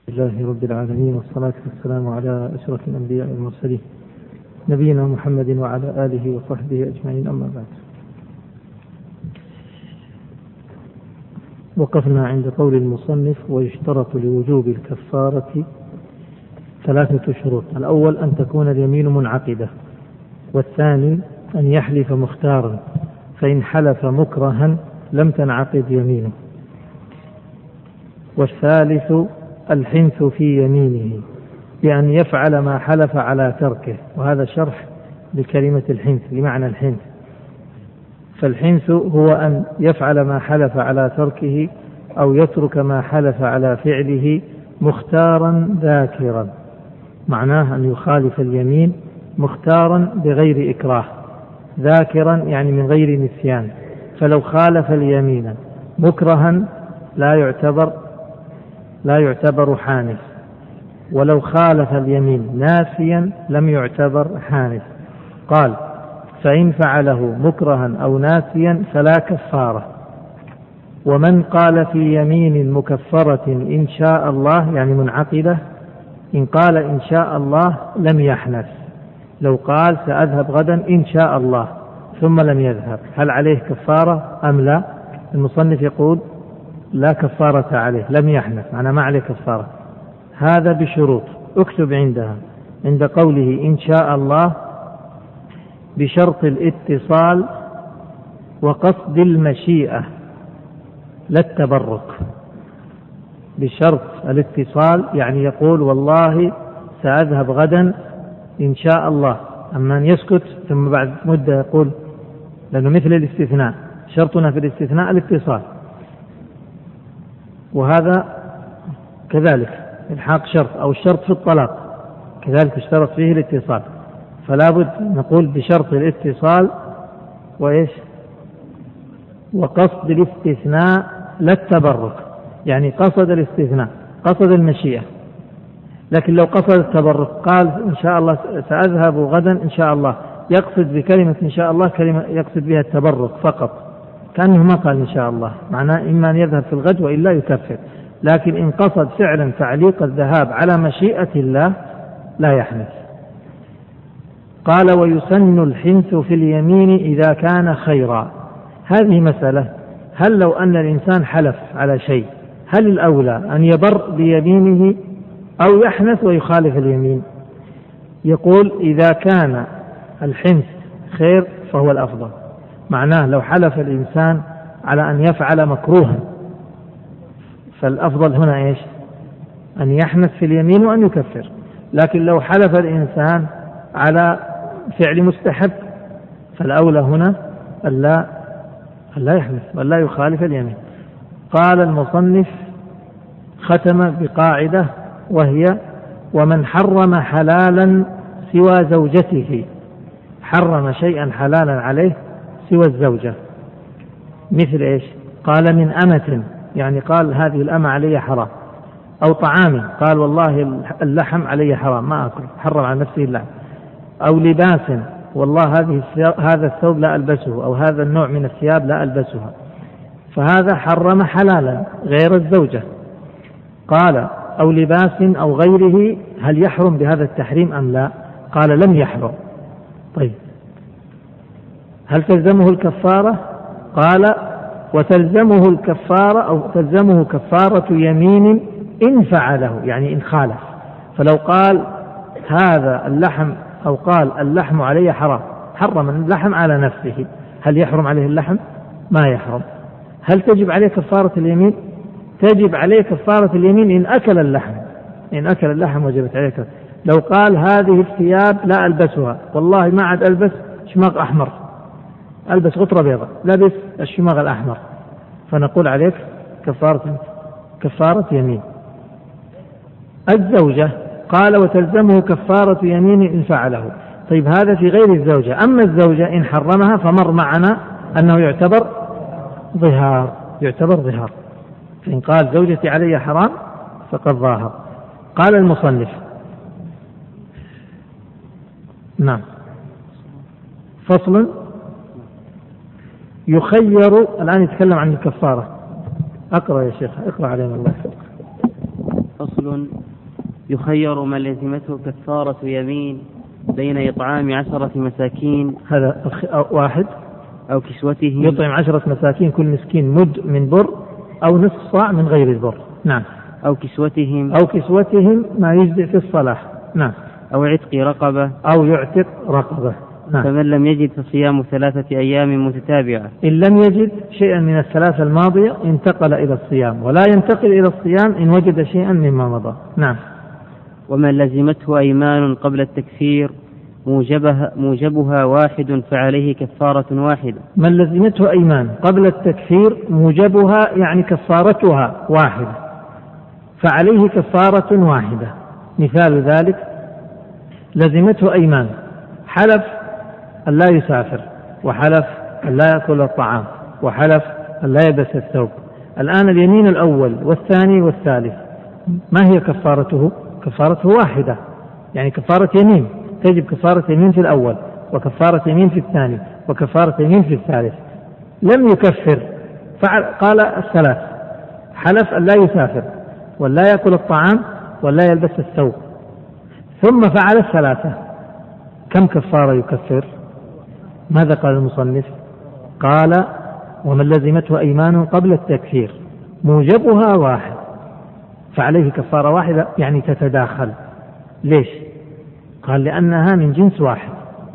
لله رب العالمين، والصلاة والسلام على أشرف الأنبياء والمرسلين نبينا محمد وعلى آله وصحبه أجمعين، أما بعد. وقفنا عند قول المصنف: ويشترط لوجوب الكفارة 3 شروط. الأول أن تكون اليمين منعقدة، والثاني أن يحلف مختارا، فإن حلف مكرها لم تنعقد يمينه، والثالث الحنث في يمينه بأن يفعل ما حلف على تركه، وهذا شرح لكلمة الحنث بمعنى الحنث. فالحنث هو أن يفعل ما حلف على تركه أو يترك ما حلف على فعله مختارا ذاكرا، معناه أن يخالف اليمين مختارا بغير إكراه، ذاكرا يعني من غير نسيان. فلو خالف اليمين مكرها لا يعتبر حانث، ولو خالف اليمين ناسيا لم يعتبر حانث. قال: فإن فعله مكرها أو ناسيا فلا كفارة. ومن قال في يمين مكفرة إن شاء الله يعني منعقدة، إن قال إن شاء الله لم يحنث. لو قال سأذهب غدا إن شاء الله ثم لم يذهب، هل عليه كفارة أم لا؟ المصنف يقول لا كفارة عليه، لم يحنث، معناه ما عليه كفارة. هذا بشروط، اكتب عندها عند قوله إن شاء الله: بشرط الاتصال وقصد المشيئة لا التبرك. بشرط الاتصال يعني يقول والله سأذهب غدا إن شاء الله، أما أن يسكت ثم بعد مدة يقول، لأنه مثل الاستثناء، شرطنا في الاستثناء الاتصال، وهذا كذلك الحاق شرط، أو الشرط في الطلاق كذلك اشترط فيه الاتصال، فلا بد نقول بشرط الاتصال وإيش؟ وقصد الاستثناء لا التبرك، يعني قصد الاستثناء، قصد المشيئة. لكن لو قصد التبرك قال إن شاء الله سأذهب غدا إن شاء الله، يقصد بكلمة إن شاء الله كلمة يقصد بها التبرك فقط، كأنه ما قال إن شاء الله، معناه إما أن يذهب في الغد وإلا يكفر. لكن إن قصد فعلا تعليق الذهاب على مشيئة الله لا يحنث. قال: ويسن الحنث في اليمين إذا كان خيرا. هذه مسألة، هل لو أن الإنسان حلف على شيء هل الأولى أن يبر بيمينه أو يحنث ويخالف اليمين؟ يقول إذا كان الحنث خير فهو الأفضل، معناه لو حلف الإنسان على أن يفعل مكروها فالأفضل هنا إيش؟ أن يحنث في اليمين وأن يكفر. لكن لو حلف الإنسان على فعل مستحب فالأولى هنا ألا يحنث ولا يخالف اليمين. قال المصنف ختم بقاعدة، وهي: ومن حرم حلالا سوى زوجته، حرم شيئا حلالا عليه سوى الزوجة، مثل إيش؟ قال من أمة، يعني قال هذه الأمة علي حرام، أو طعام، قال والله اللحم علي حرام ما أكل، حرم على نفسه اللحم، أو لباس، والله هذا الثوب لا ألبسه، أو هذا النوع من الثياب لا ألبسها، فهذا حرم حلالا غير الزوجة. قال: أو لباس أو غيره، هل يحرم بهذا التحريم أم لا؟ قال لم يحرم. طيب هل تلزمه الكفارة؟ قال: وتلزمه الكفارة أو تلزمه كفارة يمين إن فعله، يعني إن خالف. فلو قال هذا اللحم أو قال اللحم علي حرام، حرم اللحم على نفسه، هل يحرم عليه اللحم؟ ما يحرم. هل تجب عليه كفارة اليمين؟ تجب عليه كفارة اليمين إن أكل اللحم، إن أكل اللحم وجبت عليه كفارة. لو قال هذه الثياب لا ألبسها، والله ما عاد ألبس شماغ أحمر، ألبس غطرة بيضاء، لبس الشماغ الأحمر، فنقول عليك كفارة يمين. الزوجة قال: وتلزمه كفارة يمين إن فعله. طيب هذا في غير الزوجة. أما الزوجة إن حرمها فمر معنا أنه يعتبر ظهار، فإن قال زوجتي علي حرام فقد ظاهر. قال المصنف: نعم، فصل. يخير، الآن يتكلم عن الكفارة. أقرأ يا شيخ، اقرأ علينا الله. فصل. يخير من لزمته كفارة يمين بين إطعام 10 مساكين، هذا واحد، أو كسوتهم، يطعم 10 مساكين كل مسكين مد من بر أو نصف صاع من غير البر، نعم، أو كسوتهم ما يجزئ في الصلاة، نعم، أو عتق رقبة، أو يعتق رقبة، نعم. فمن لم يجد فصيام 3 أيام متتابعة. إن لم يجد شيئا من الثلاثة الماضية انتقل إلى الصيام، ولا ينتقل إلى الصيام إن وجد شيئا مما مضى، نعم. ومن لزمته أيمان قبل التكفير موجبها واحد فعليه كفارة واحدة. من لزمته أيمان قبل التكفير موجبها يعني كفارتها واحدة، فعليه كفارة واحدة. مثال ذلك: لزمته أيمان، حلف أن لا يسافر، وحلف أن لا يأكل الطعام، وحلف أن لا يلبس الثوب. الآن اليمين الأول والثاني والثالث ما هي كفارته؟ كفارته واحدة، يعني كفارة يمين، تجب كفارة يمين في الأول، وكفارة يمين في الثاني، وكفارة يمين في الثالث. لم يكفر، قال الثلاث: حلف أن لا يسافر، ولا يأكل الطعام، ولا يلبس الثوب، ثم فعل الثلاثة. كم كفارة يكفر؟ ماذا قال المصنف؟ قال: ومن لزمته أيمان قبل التكفير موجبها واحد فعليه كفارة واحدة، يعني تتداخل. ليش؟ قال: لأنها من جنس واحد،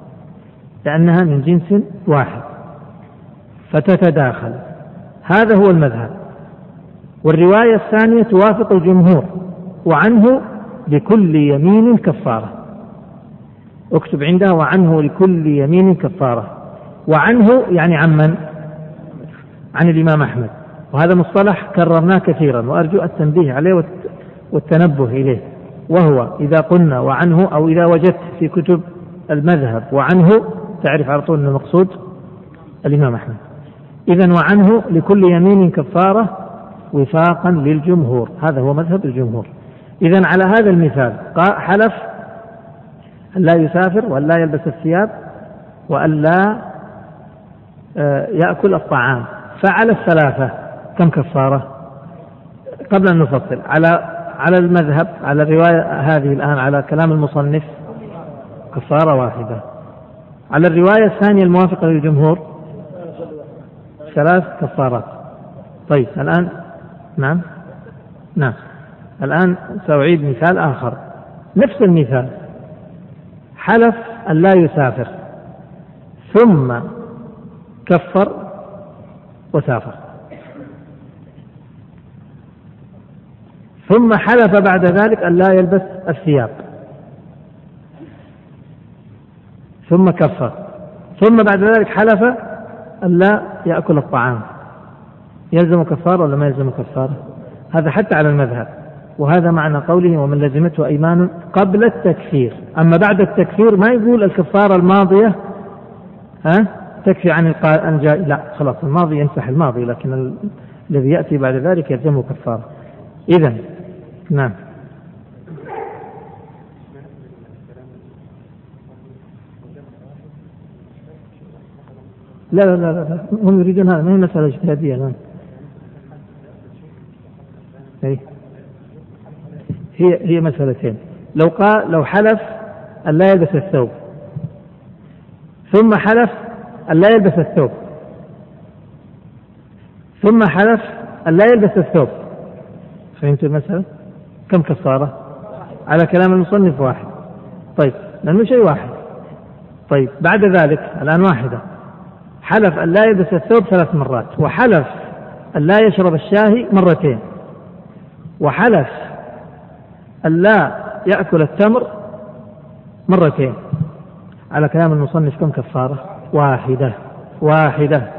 فتتداخل. هذا هو المذهب. والرواية الثانية توافق الجمهور، وعنه لكل يمين كفارة. اكتب عندها: وعنه لكل يمين كفارة. وعنه يعني عن من؟ عن الإمام أحمد، وهذا مصطلح كررناه كثيرا وأرجو التنبيه عليه والتنبه إليه، وهو إذا قلنا وعنه أو إذا وجدت في كتب المذهب وعنه تعرف على طول أن المقصود الإمام أحمد. إذن وعنه لكل يمين كفارة وفاقا للجمهور، هذا هو مذهب الجمهور. إذن على هذا المثال حلف أن لا يسافر، وأن لا يلبس الثياب، وأن لا يأكل الطعام، فعل الثلاثة. كم كفارة؟ قبل أن نفصل على المذهب، على الرواية هذه الآن على كلام المصنف كفارة واحدة. على الرواية الثانية الموافقة للجمهور 3 كفارات. طيب الآن نعم الآن سأعيد مثال آخر، نفس المثال: حلف أن لا يسافر ثم كفر وسافر، ثم حلف بعد ذلك أن لا يلبس الثياب، ثم كفر، ثم بعد ذلك حلف أن لا يأكل الطعام. يلزم كفارة ولا ما يلزم كفارة؟ هذا حتى على المذهب، وهذا معنى قوله: ومن لزمته أيمان قبل التكفير. أما بعد التكفير ما يقول الكفارة الماضية تكفي عن الجائي، لا، خلاص الماضي يمسح الماضي، لكن الذي يأتي بعد ذلك يلزمه كفارة. إذن نعم. لا لا لا لا، هم يريدون هذا، ما هي مسألة اجتهادية الآن. هي مسألتين. لو حلف أن لا يلبس الثوب، ثم حلف أن لا يلبس الثوب، ثم حلف أن لا يلبس الثوب، فهمت المسألة؟ كم كفارة؟ على كلام المصنف واحد. طيب لأنه شيء واحد. طيب بعد ذلك الآن واحدة، حلف أن لا يلبس الثوب 3 مرات، وحلف أن لا يشرب الشاي 2 مرات، وحلف أن لا يأكل التمر 2 مرات. على كلام المصنف كم كفارة؟ واحدة.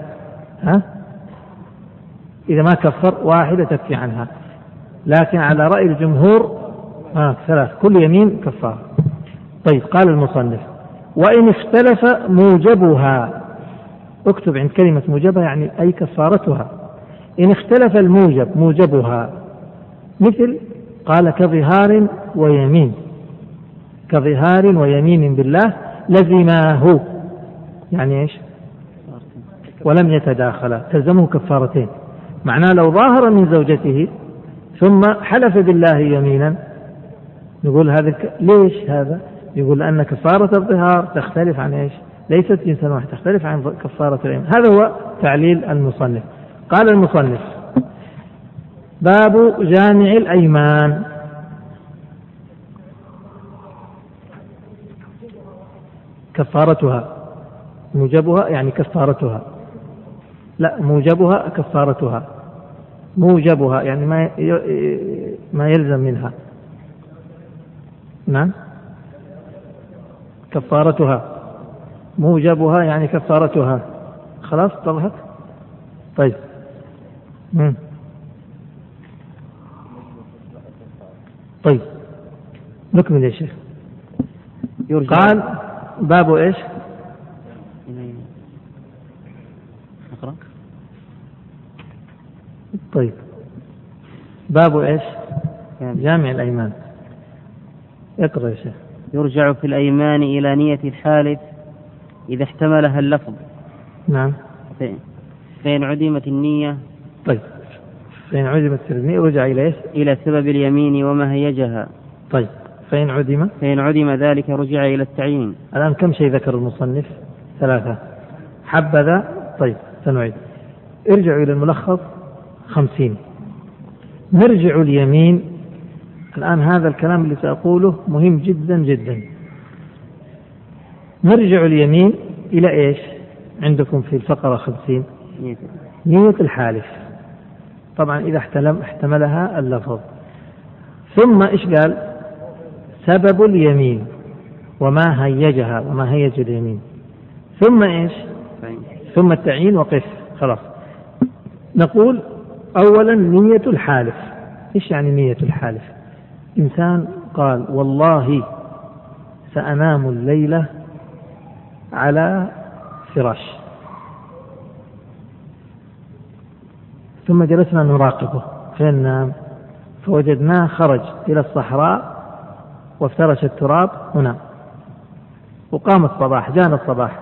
إذا ما كفر واحدة تكفي عنها، لكن على رأي الجمهور 3، كل يمين كفارة. طيب قال المصنف: وإن اختلف موجبها. اكتب عند كلمة موجبها يعني أي كفارتها. إن اختلف الموجب موجبها، مثل قال: كظهار ويمين بالله لزماه، يعني إيش؟ ولم يتداخلا، تلزمه كفارتين. معناه لو ظاهر من زوجته ثم حلف بالله يمينا، نقول هذا ليش هذا؟ يقول لأن كفارة الظهار تختلف عن إيش؟ ليست جنسا واحد، تختلف عن كفارة اليمين. هذا هو تعليل المصنف. قال المصنف: باب جامع الأيمان. كفارتها موجبها يعني كفارتها، لا موجبها كفارتها، موجبها يعني ما يلزم منها. نعم، كفارتها موجبها يعني كفارتها. خلاص اتضحت؟ طيب. طيب نكمل يا شيخ. قال باب ايش؟ اقرأ. طيب باب ايش؟ جامع الأيمان. اقرأ يا شيخ. يرجع في الأيمان إلى نية الحالف إذا احتملها اللفظ. نعم. فإن عدمت النية. طيب فإن عدمت النية رجع إلى ايش؟ إلى سبب اليمين وما هيجها. طيب فإن عدم ذلك رجع إلى التعيين. الآن كم شيء ذكر المصنف؟ 3 حبذا. طيب سنعيد. ارجعوا إلى الملخص 50. نرجع اليمين. الآن هذا الكلام اللي سأقوله مهم جدا جدا. نرجع اليمين إلى إيش عندكم في الفقرة 50؟ نية الحالف، طبعا إذا احتملها اللفظ. ثم إيش قال؟ سبب اليمين وما هيجها، وما هيج اليمين. ثم إيش؟ ثم التعيين. وقف. خلاص. نقول أولا نية الحالف. إيش يعني نية الحالف؟ إنسان قال والله سأنام الليلة على فراش، ثم جلسنا نراقبه فين نام، فوجدناه خرج إلى الصحراء وافترش التراب ونام، وقام الصباح، جاءنا الصباح،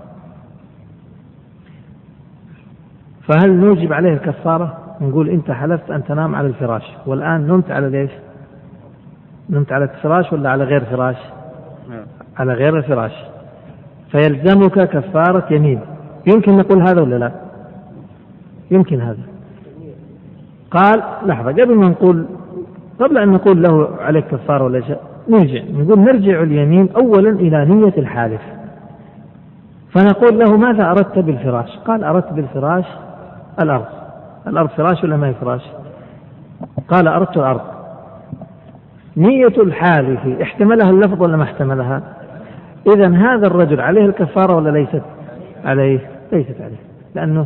فهل نوجب عليه الكفارة؟ نقول أنت حلفت أن تنام على الفراش، والآن نمت على ليش؟ نمت على الفراش ولا على غير فراش؟ على غير الفراش، فيلزمك كفارة يمين. يمكن نقول هذا ولا لا؟ يمكن هذا. قال لحظة، قبل أن نقول له عليك كفارة ولا شيء، نرجع اليمين أولا إلى نية الحالف، فنقول له ماذا أردت بالفراش؟ قال أردت بالفراش الأرض فراش ولا ما هي فراش؟ قال أردت الأرض. نية الحالف احتملها اللفظ ولا ما احتملها؟ إذن هذا الرجل عليه الكفارة ولا ليست عليه؟ ليست عليه، لأنه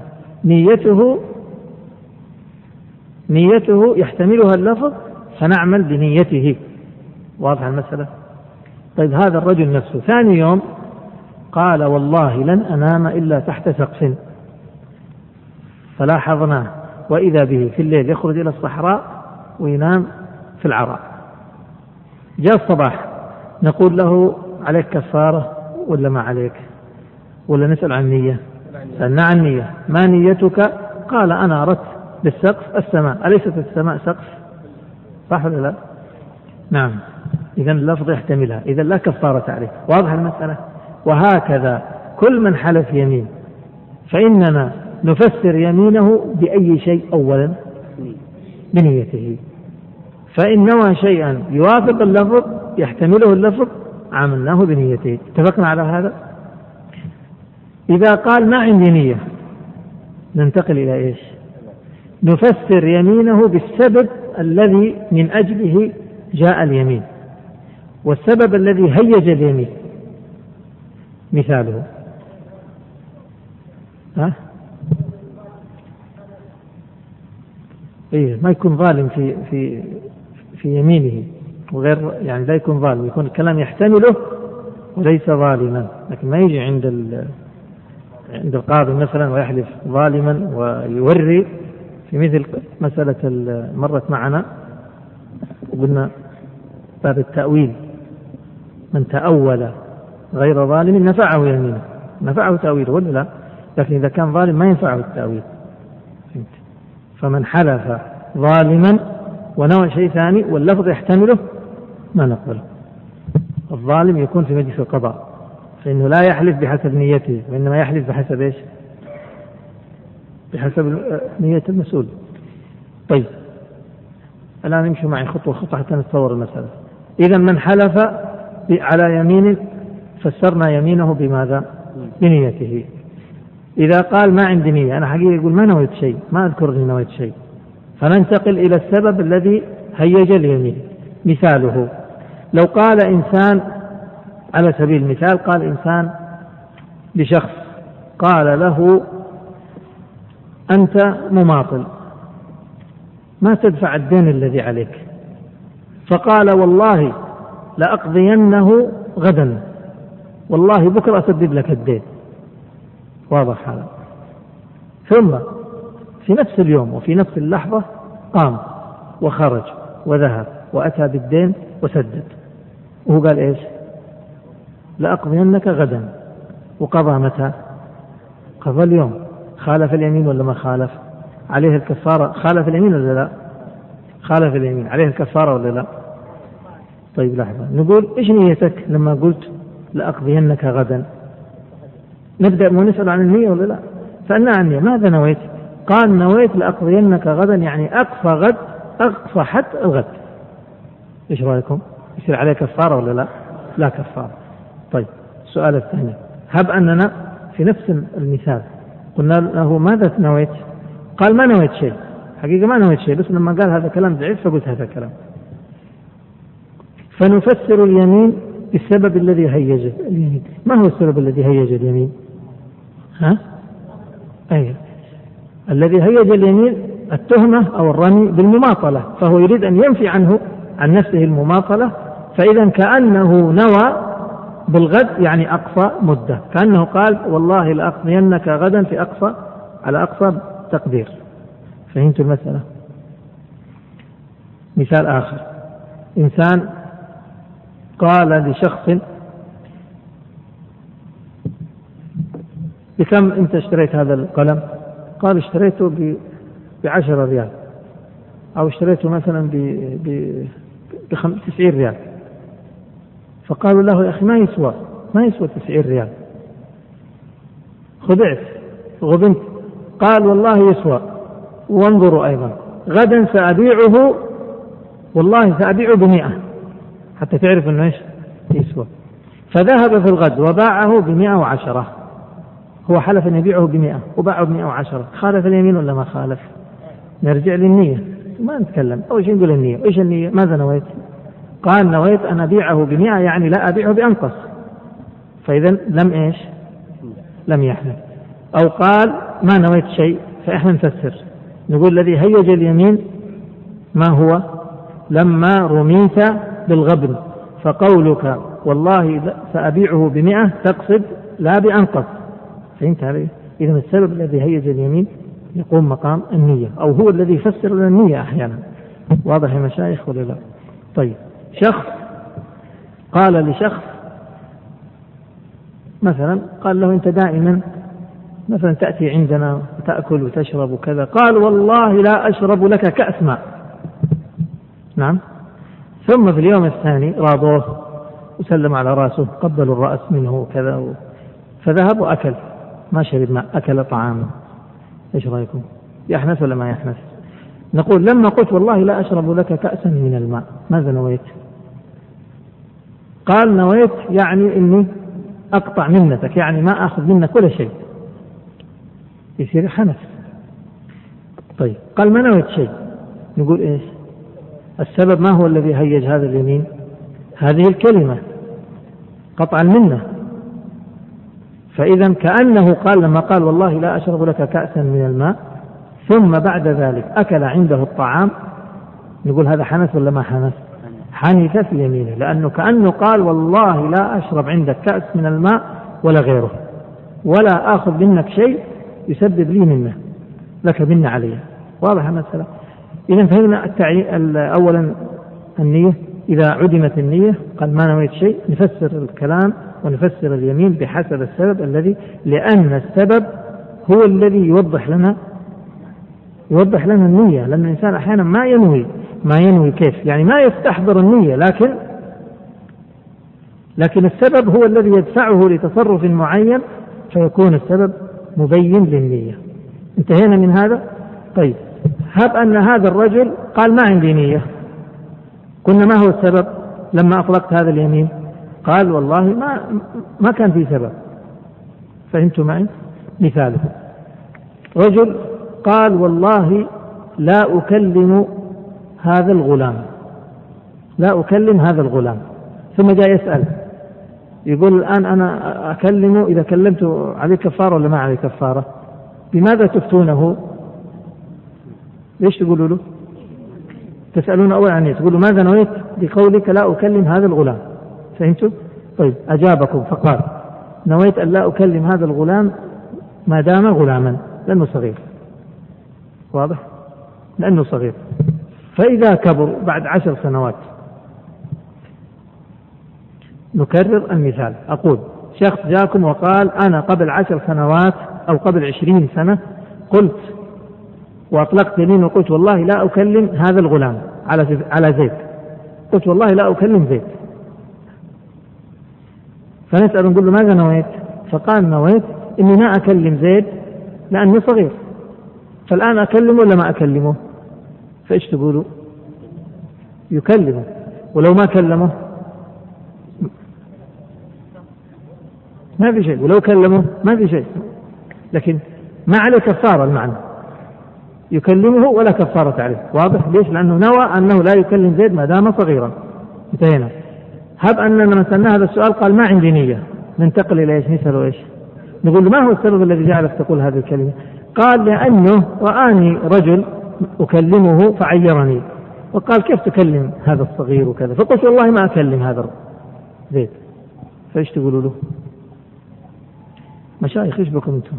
نيته يحتملها اللفظ، فنعمل بنيته. واضح المسألة؟ طيب هذا الرجل نفسه ثاني يوم قال والله لن أنام إلا تحت سقف، فلاحظناه وإذا به في الليل يخرج إلى الصحراء وينام في العراء. جاء الصباح نقول له عليك كفارة ولا ما عليك؟ ولا نسأل عن نية؟ سألنا عن نية. ما نيتك؟ قال أنا أردت بالسقف السماء. أليست السماء سقف؟ صح ولا لا؟ نعم. إذن اللفظ يحتملها، إذن لا كفارة عليه. واضح المسألة؟ وهكذا كل من حلف يمين فإننا نفسر يمينه بأي شيء؟ أولا بنيته. فإن نوى شيئا يوافق اللفظ يحتمله اللفظ عملناه بنيته. اتفقنا على هذا؟ إذا قال ما عندي نية ننتقل إلى إيش؟ نفسر يمينه بالسبب الذي من أجله جاء اليمين، والسبب الذي هيج اليمين مثاله إيه؟ ما يكون ظالم في يمينه، وغير يعني لا يكون ظالم، يكون الكلام يحتمله وليس ظالما. لكن ما يجي عند القاضي مثلا ويحلف ظالما ويوري، في مثل مسألة مرت معنا وقلنا باب التأويل، من تأول غير ظالم نفعه يمينه، نفعه تأويله ولا لا؟ لكن إذا كان ظالم ما ينفعه التأويل. فمن حلف ظالما ونوى شيء ثاني واللفظ يحتمله ما نقبله. الظالم يكون في مجلس القضاء فإنه لا يحلف بحسب نيته وإنما يحلف بحسب إيش؟ بحسب نية المسؤول. طيب الآن نمشي معي خطوة خطوة حتى نتصور المسألة. إذا من حلف على يمين فسرنا يمينه بماذا؟ بنيته. إذا قال ما عندي نية، أنا حقيقة يقول ما نويت شيء، ما أذكر أني نويت شيء، فننتقل إلى السبب الذي هيج اليمين. مثاله لو قال إنسان على سبيل المثال، قال إنسان لشخص قال له أنت مماطل ما تدفع الدين الذي عليك، فقال والله لأقضينه غدا، والله بكرة أسدد لك الدين. واضح هذا؟ ثم في نفس اليوم وفي نفس اللحظة قام وخرج وذهب وأتى بالدين وسدد، وهو قال إيش؟ لأقضينك غدا، وقضى متى؟ قضى اليوم. خالف اليمين ولا ما خالف؟ عليه الكفارة. خالف اليمين ولا لا؟ خالف اليمين، عليه الكفارة ولا لا؟ طيب لحظة، نقول إيش نيتك لما قلت لأقضينك غدا؟ نبدأ ونسأل عن النية ولا لا؟ سألنا عن النية، ماذا نويت؟ قال نويت لأقضينك غدا، يعني أقصى غد، أقصى حد الغد. إيش رأيكم؟ يصير عليه كفارة ولا لا؟ لا كفارة. طيب السؤال الثاني، هب أننا في نفس المثال قلنا له ماذا نويت؟ قال ما نويت شيء، حقيقة ما نويت شيء، بس لما قال هذا كلام ضعيف فقلت هذا الكلام. فنفسر اليمين بالسبب الذي هيج اليمين. ما هو السبب الذي هيج اليمين؟ أي الذي هيج اليمين التهمة أو الرمي بالمماطلة، فهو يريد أن ينفي عنه عن نفسه المماطلة، فإذا كأنه نوى بالغد يعني أقصى مدة، كأنه قال والله لأقضينك غدا في أقصى على أقصى تقدير. فهمت المسألة؟ مثال آخر، إنسان قال لشخص بكم أنت اشتريت هذا القلم؟ قال اشتريته ب10 ريال، أو اشتريته مثلا ب90 ريال. فقالوا له يا أخي ما يسوى 90 ريال، خدعت غبنت. قال والله يسوى، وانظروا أيضا غدا سأبيعه، والله سأبيعه ب100 حتى تعرف أنه إيش يسوى. فذهب في الغد وباعه ب110، هو حلف أن يبيعه ب100 وباعه ب110. خالف اليمين ولا ما خالف؟ نرجع للنية، ما نتكلم أول شيء نقول النية. إيش النية؟ ماذا نويت؟ قال نويت أن أبيعه ب100 يعني لا أبيعه بأنقص، فإذا لم إيش؟ لم يحلف. أو قال ما نويت شيء، فإحنا نفسر نقول الذي هيج اليمين ما هو؟ لما رميت بالغبن، فقولك والله سأبيعه ب100 تقصد لا بأنقص. فهمت علي؟ إذن السبب الذي هيج اليمين يقوم مقام النية، أو هو الذي يفسر لنا النية أحيانا. واضح يا مشايخ ولا لا؟ طيب شخص قال لشخص مثلا، قال له أنت دائما مثلا تأتي عندنا وتأكل وتشرب وكذا، قال والله لا أشرب لك كأس ماء. نعم. ثم في اليوم الثاني راضوه وسلم على رأسه، قبلوا الرأس منه وكذا، فذهب وأكل، ما شرب ماء، أكل طعاما. إيش رأيكم؟ يحنث ولا ما يحنث؟ نقول لما قلت والله لا أشرب لك كأسا من الماء ماذا نويت؟ قال نويت يعني إني أقطع منتك، يعني ما أخذ منك ولا شيء، يصير حنث. طيب قال ما نويت شيء، نقول إيش؟ السبب ما هو الذي هيج هذا اليمين؟ هذه الكلمة قطع المنة. فإذا كأنه قال لما قال والله لا أشرب لك كأسا من الماء ثم بعد ذلك أكل عنده الطعام، نقول هذا حنث ولا ما حنث؟ حنث في يمينه، لأنه كأنه قال والله لا أشرب عندك كأس من الماء ولا غيره، ولا آخذ منك شيء يسبب لي منه لك منه عليه. واضح المسألة؟ إذن فهمنا أولا النية. إذا عدمت النية قال ما نويت شيء، نفسر الكلام ونفسر اليمين بحسب السبب الذي، لأن السبب هو الذي يوضح لنا النية، لأن الإنسان أحيانا ما ينوي، ما ينوي كيف، يعني ما يستحضر النية، لكن السبب هو الذي يدفعه لتصرف معين فيكون السبب مبين للنية. انتهينا من هذا. طيب هب أن هذا الرجل قال ما عندي نية، قلنا ما هو السبب لما أطلقت هذا اليمين؟ قال والله ما كان في سبب. فهمتوا معي؟ مثاله رجل قال والله لا أكلم هذا الغلام، ثم جاء يسأل يقول الآن أنا أكلمه، إذا كلمته عليه كفارة ولا ما عليه كفارة؟ بماذا تفتونه؟ ليش تقولوا له؟ تسألون أول عنه، تقولوا ماذا نويت بقولك لا أكلم هذا الغلام؟ فهمتوا؟ طيب أجابكم فقال نويت أن لا أكلم هذا الغلام ما دام غلاما، لأنه صغير. واضح؟ لأنه صغير. فإذا كبر بعد 10 سنوات، نكرر المثال، أقول شخص جاءكم وقال أنا قبل 10 سنوات أو قبل 20 سنة قلت وأطلقت يمين وقلت والله لا أكلم هذا الغلام على زيد، قلت والله لا أكلم زيد. فنسأل نقول له ماذا نويت؟ فقال نويت إني ما أكلم زيد لأنه صغير، فالآن أكلمه ولا ما أكلمه؟ فإيش تقولوا؟ يكلمه. ولو ما كلمه ما في شيء، ولو كلمه ما في شيء، لكن ما عليه كفارة. المعنى يكلمه ولا كفارة عليه. واضح؟ ليش؟ لأنه نوى أنه لا يكلم زيد ما دام صغيرا. انتهينا. هب أننا مسألنا هذا السؤال قال ما عندي نية، ننتقل إلى إيش؟ نسأله إيش؟ نقول له ما هو السبب الذي جعلك تقول هذه الكلمة؟ قال لأنه رآني رجل أكلمه فعيرني، وقال كيف تكلم هذا الصغير وكذا، فقلت والله ما أكلم هذا زيد. فإيش تقولوا له؟ مشايخ إيش بكم أنتم؟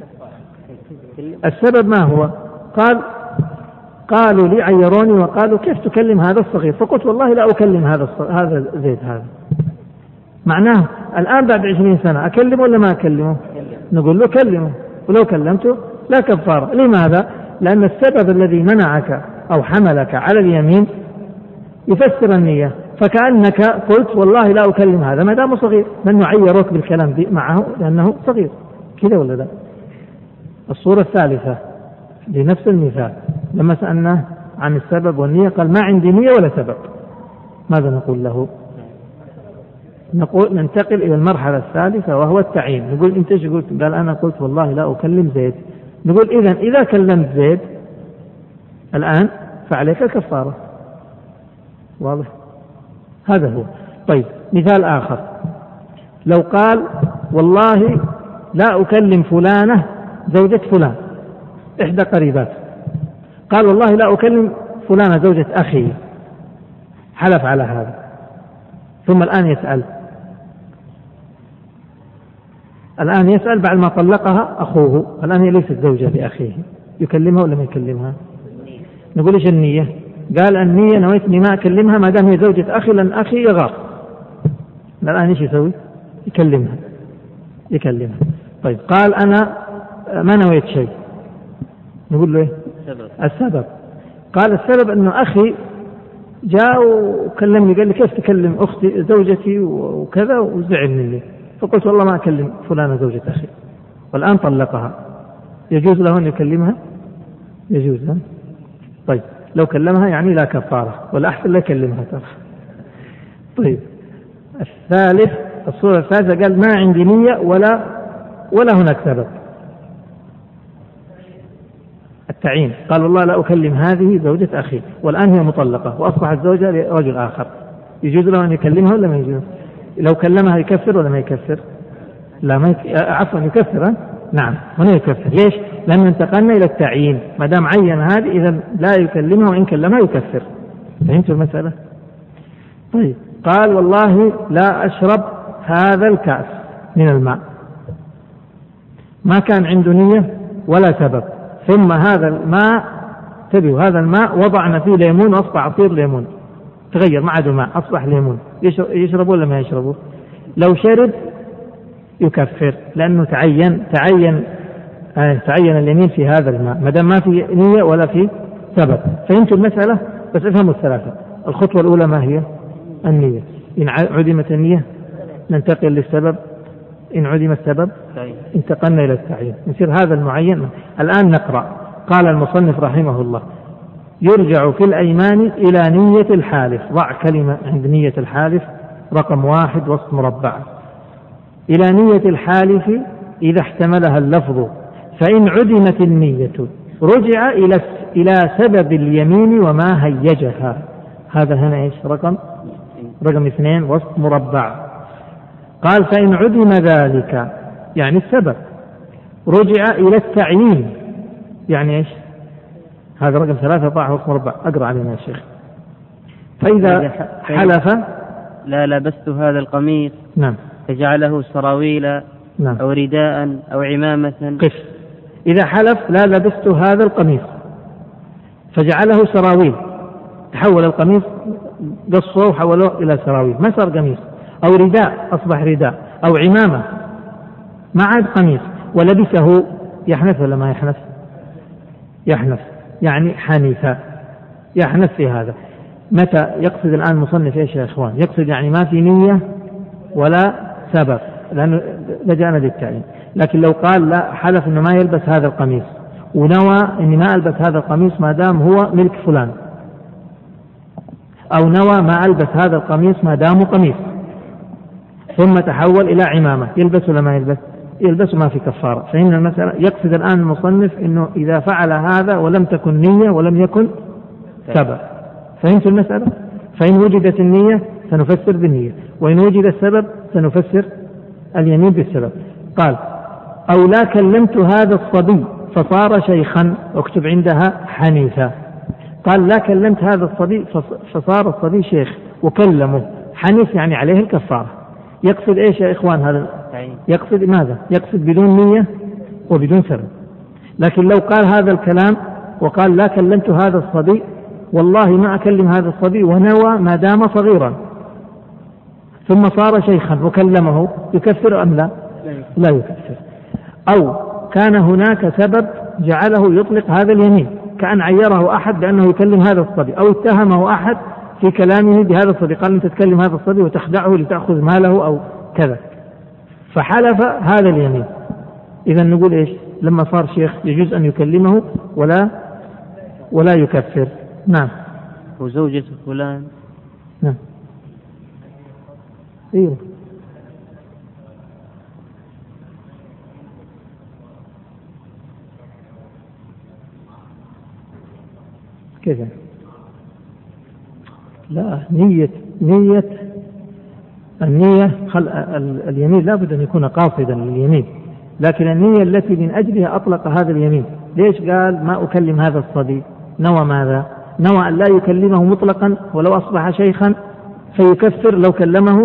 السبب ما هو؟ قالوا لي عيروني وقالوا كيف تكلم هذا الصغير، فقلت والله لا أكلم هذا زيد هذا. معناه الآن بعد 20 سنة أكلمه ولا ما أكلمه؟ نقول له كلمه، ولو كلمته لا كفارة. لماذا؟ لأن السبب الذي منعك أو حملك على اليمين يفسر النية، فكأنك قلت والله لا أكلم هذا ما دام صغير، لأنه عيروك بالكلام معه لأنه صغير. كذا ولا لا؟ الصورة الثالثة لنفس المثال لما سألناه عن السبب والنية قال ما عندي نية ولا سبب، ماذا نقول له؟ ننتقل إلى المرحلة الثالثة وهو التعيين. نقول أنت ايش قلت؟ قال أنا قلت والله لا أكلم زيد. نقول إذا كلمت زيد الآن فعليك كفارة. واضح؟ هذا هو. طيب مثال آخر، لو قال والله لا أكلم فلانة زوجة فلان، إحدى قريبات، قال والله لا أكلم فلانة زوجة أخي، حلف على هذا، ثم الآن يسأل بعد ما طلقها أخوه، الآن هي ليست زوجة لأخيه، يكلمها ولا ما يكلمها؟ نقول إيش النية؟ قال النية نويت إني ما أكلمها ما دام هي زوجة أخي لأن أخي يغار. الآن إيش يسوي؟ يكلمها. طيب قال أنا ما نويت شيء، نقول له إيه؟ السبب. قال السبب أنه أخي جاء وكلمني قال لي كيف تكلم أختي زوجتي وكذا وزعل مني، فقلت والله ما أكلم فلانة زوجة أخي، والآن طلقها، يجوز له أن يكلمها؟ يجوز. طيب لو كلمها يعني لا كفارة، والأحسن لا يكلمها ترى. طيب الصورة الثالثة قال ما عندي نية ولا هناك سبب، التعيين. قال والله لا أكلم هذه زوجة أخي، والآن هي مطلقة وأصبحت زوجة لرجل آخر، يجوز له أن يكلمها ولا ما يجوز؟ لو كلمها يكفر ولا ما يكفر؟ لا عفوا يكفر. نعم هنا يكفر. ليش؟ لأن انتقلنا إلى التعيين، ما دام عين هذه إذا لا يكلمها وإن كلمها يكفر. فهمتوا المسألة؟ طيب قال والله لا أشرب هذا الكأس من الماء، ما كان عنده نية ولا سبب، ثم هذا الماء وضعنا فيه ليمون وأصبح عصير ليمون، تغير ما عاد ماء أصبح ليمون، يشرب ولا ما يشربه؟ لو شرب يكفر، لأنه تعين اليمين في هذا الماء ما دام ما في نية ولا في سبب. فهمتوا المسألة؟ بس افهموا الثلاثة. الخطوة الأولى ما هي؟ النية. إن عدمت النية ننتقل للسبب، إن عدم السبب انتقلنا إلى التعيين، يصير هذا المعين. الآن نقرأ. قال المصنف رحمه الله: يرجع في الأيمان إلى نية الحالف. ضع كلمة عند نية الحالف رقم 1 وسط مربع. إلى نية الحالف إذا احتملها اللفظ، فإن عدمت النية رجع إلى سبب اليمين وما هيجها. هذا هنا إيش؟ رقم 2 وسط مربع. قال: فإن عدم ذلك يعني السبب، رجع إلى التعيين يعني إيش؟ هذا رقم 3 ضعه وسط مربع. أقرأ علينا يا شيخ. فإذا حلف: لا لبست هذا القميص، نعم، فجعله سراويل، نعم، أو رداء أو عمامة. قف. إذا حلف: لا لبست هذا القميص، فجعله سراويل، تحول القميص قصه وحوله إلى سراويل، ما صار قميص. أو رداء أصبح رداء، أو عمامة ما عاد قميص. ولبسه يحنث ولا ما يحنث؟ يحنث، يعني حنث، يحنث في هذا. متى يقصد الآن المصنف ايش يا اخوان؟ يقصد يعني ما في نية ولا سبب، لأنه لجأنا للتعيين. لكن لو قال لا، حلف انه ما يلبس هذا القميص ونوى اني ما البس هذا القميص ما دام هو ملك فلان، او نوى ما البس هذا القميص ما دام قميص، ثم تحول الى عمامة، يلبس ولا ما يلبس؟ يلبس، ما في كفارة. فإن المسألة يقصد الآن المصنف انه اذا فعل هذا ولم تكن نية ولم يكن سبب. فهمت المسألة؟ فإن وجدت النية سنفسر بالنية، وإن وجد السبب سنفسر اليمين بالسبب. قال: أو لا كلمت هذا الصبي فصار شيخا، اكتب عندها حنيفا. قال: لا كلمت هذا الصبي فصار الصبي شيخ وكلمه، حنيف يعني عليه الكفارة. يقصد ايش يا اخوان هذا؟ يقصد ماذا؟ يقصد بدون نية وبدون سبب. لكن لو قال هذا الكلام وقال: لا كلمت هذا الصبي، والله ما أكلم هذا الصبي، ونوى ما دام صغيرا، ثم صار شيخا وكلمه، يكفر أم لا؟ لا يكفر. أو كان هناك سبب جعله يطلق هذا اليمين، كأن عيره أحد بأنه يكلم هذا الصبي، أو اتهمه أحد في كلامه بهذا الصبي، قال: أنت تكلم هذا الصبي وتخدعه لتأخذ ماله أو كذا، فحلف هذا اليمين. إذا نقول إيش؟ لما صار شيخ يجوز أن يكلمه ولا يكفر. نعم. وزوجة فلان. نعم. ايوه. كذا. لا، النية اليمين لا بد أن يكون قاصدا لليمين، لكن النية التي من أجلها أطلق هذا اليمين. ليش قال ما أكلم هذا الصبي؟ نوى ماذا؟ نوى أن لا يكلمه مطلقا ولو أصبح شيخا، فيكفر لو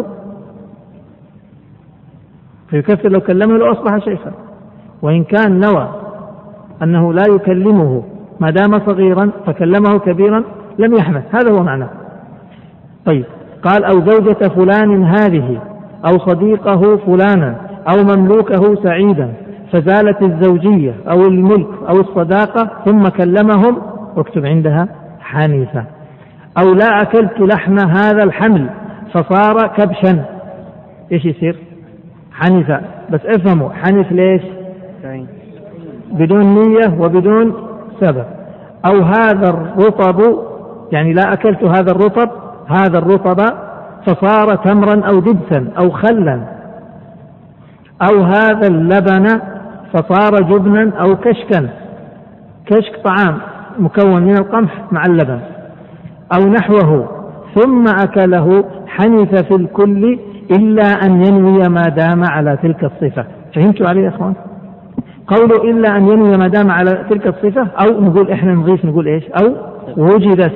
كلمه لو أصبح شيخا. وإن كان نوى أنه لا يكلمه ما دام صغيرا فكلمه كبيرا لم يحنث. هذا هو معناه. طيب، قال: أو زوجة فلان هذه، أو صديقه فلانا، أو مملوكه سعيدا، فزالت الزوجية أو الملك أو الصداقة ثم كلمهم، واكتب عندها حنيفة. أو لا أكلت لحم هذا الحمل فصار كبشا، إيش يصير؟ حنيفة. بس افهموا، حنيف ليش؟ بدون نية وبدون سبب. أو هذا الرطب، يعني لا أكلت هذا الرطب فصار تمرا أو دبسا أو خلا. أو هذا اللبن فصار جبنا أو كشكا، كشك طعام مكون من القمح مع اللبن، أو نحوه، ثم أكله، حنث في الكل إلا أن ينوي ما دام على تلك الصفة. فهمتوا عليه يا أخوان؟ قولوا إلا أن ينوي ما دام على تلك الصفة، أو نقول إحنا نضيف نقول إيش؟ أو وجد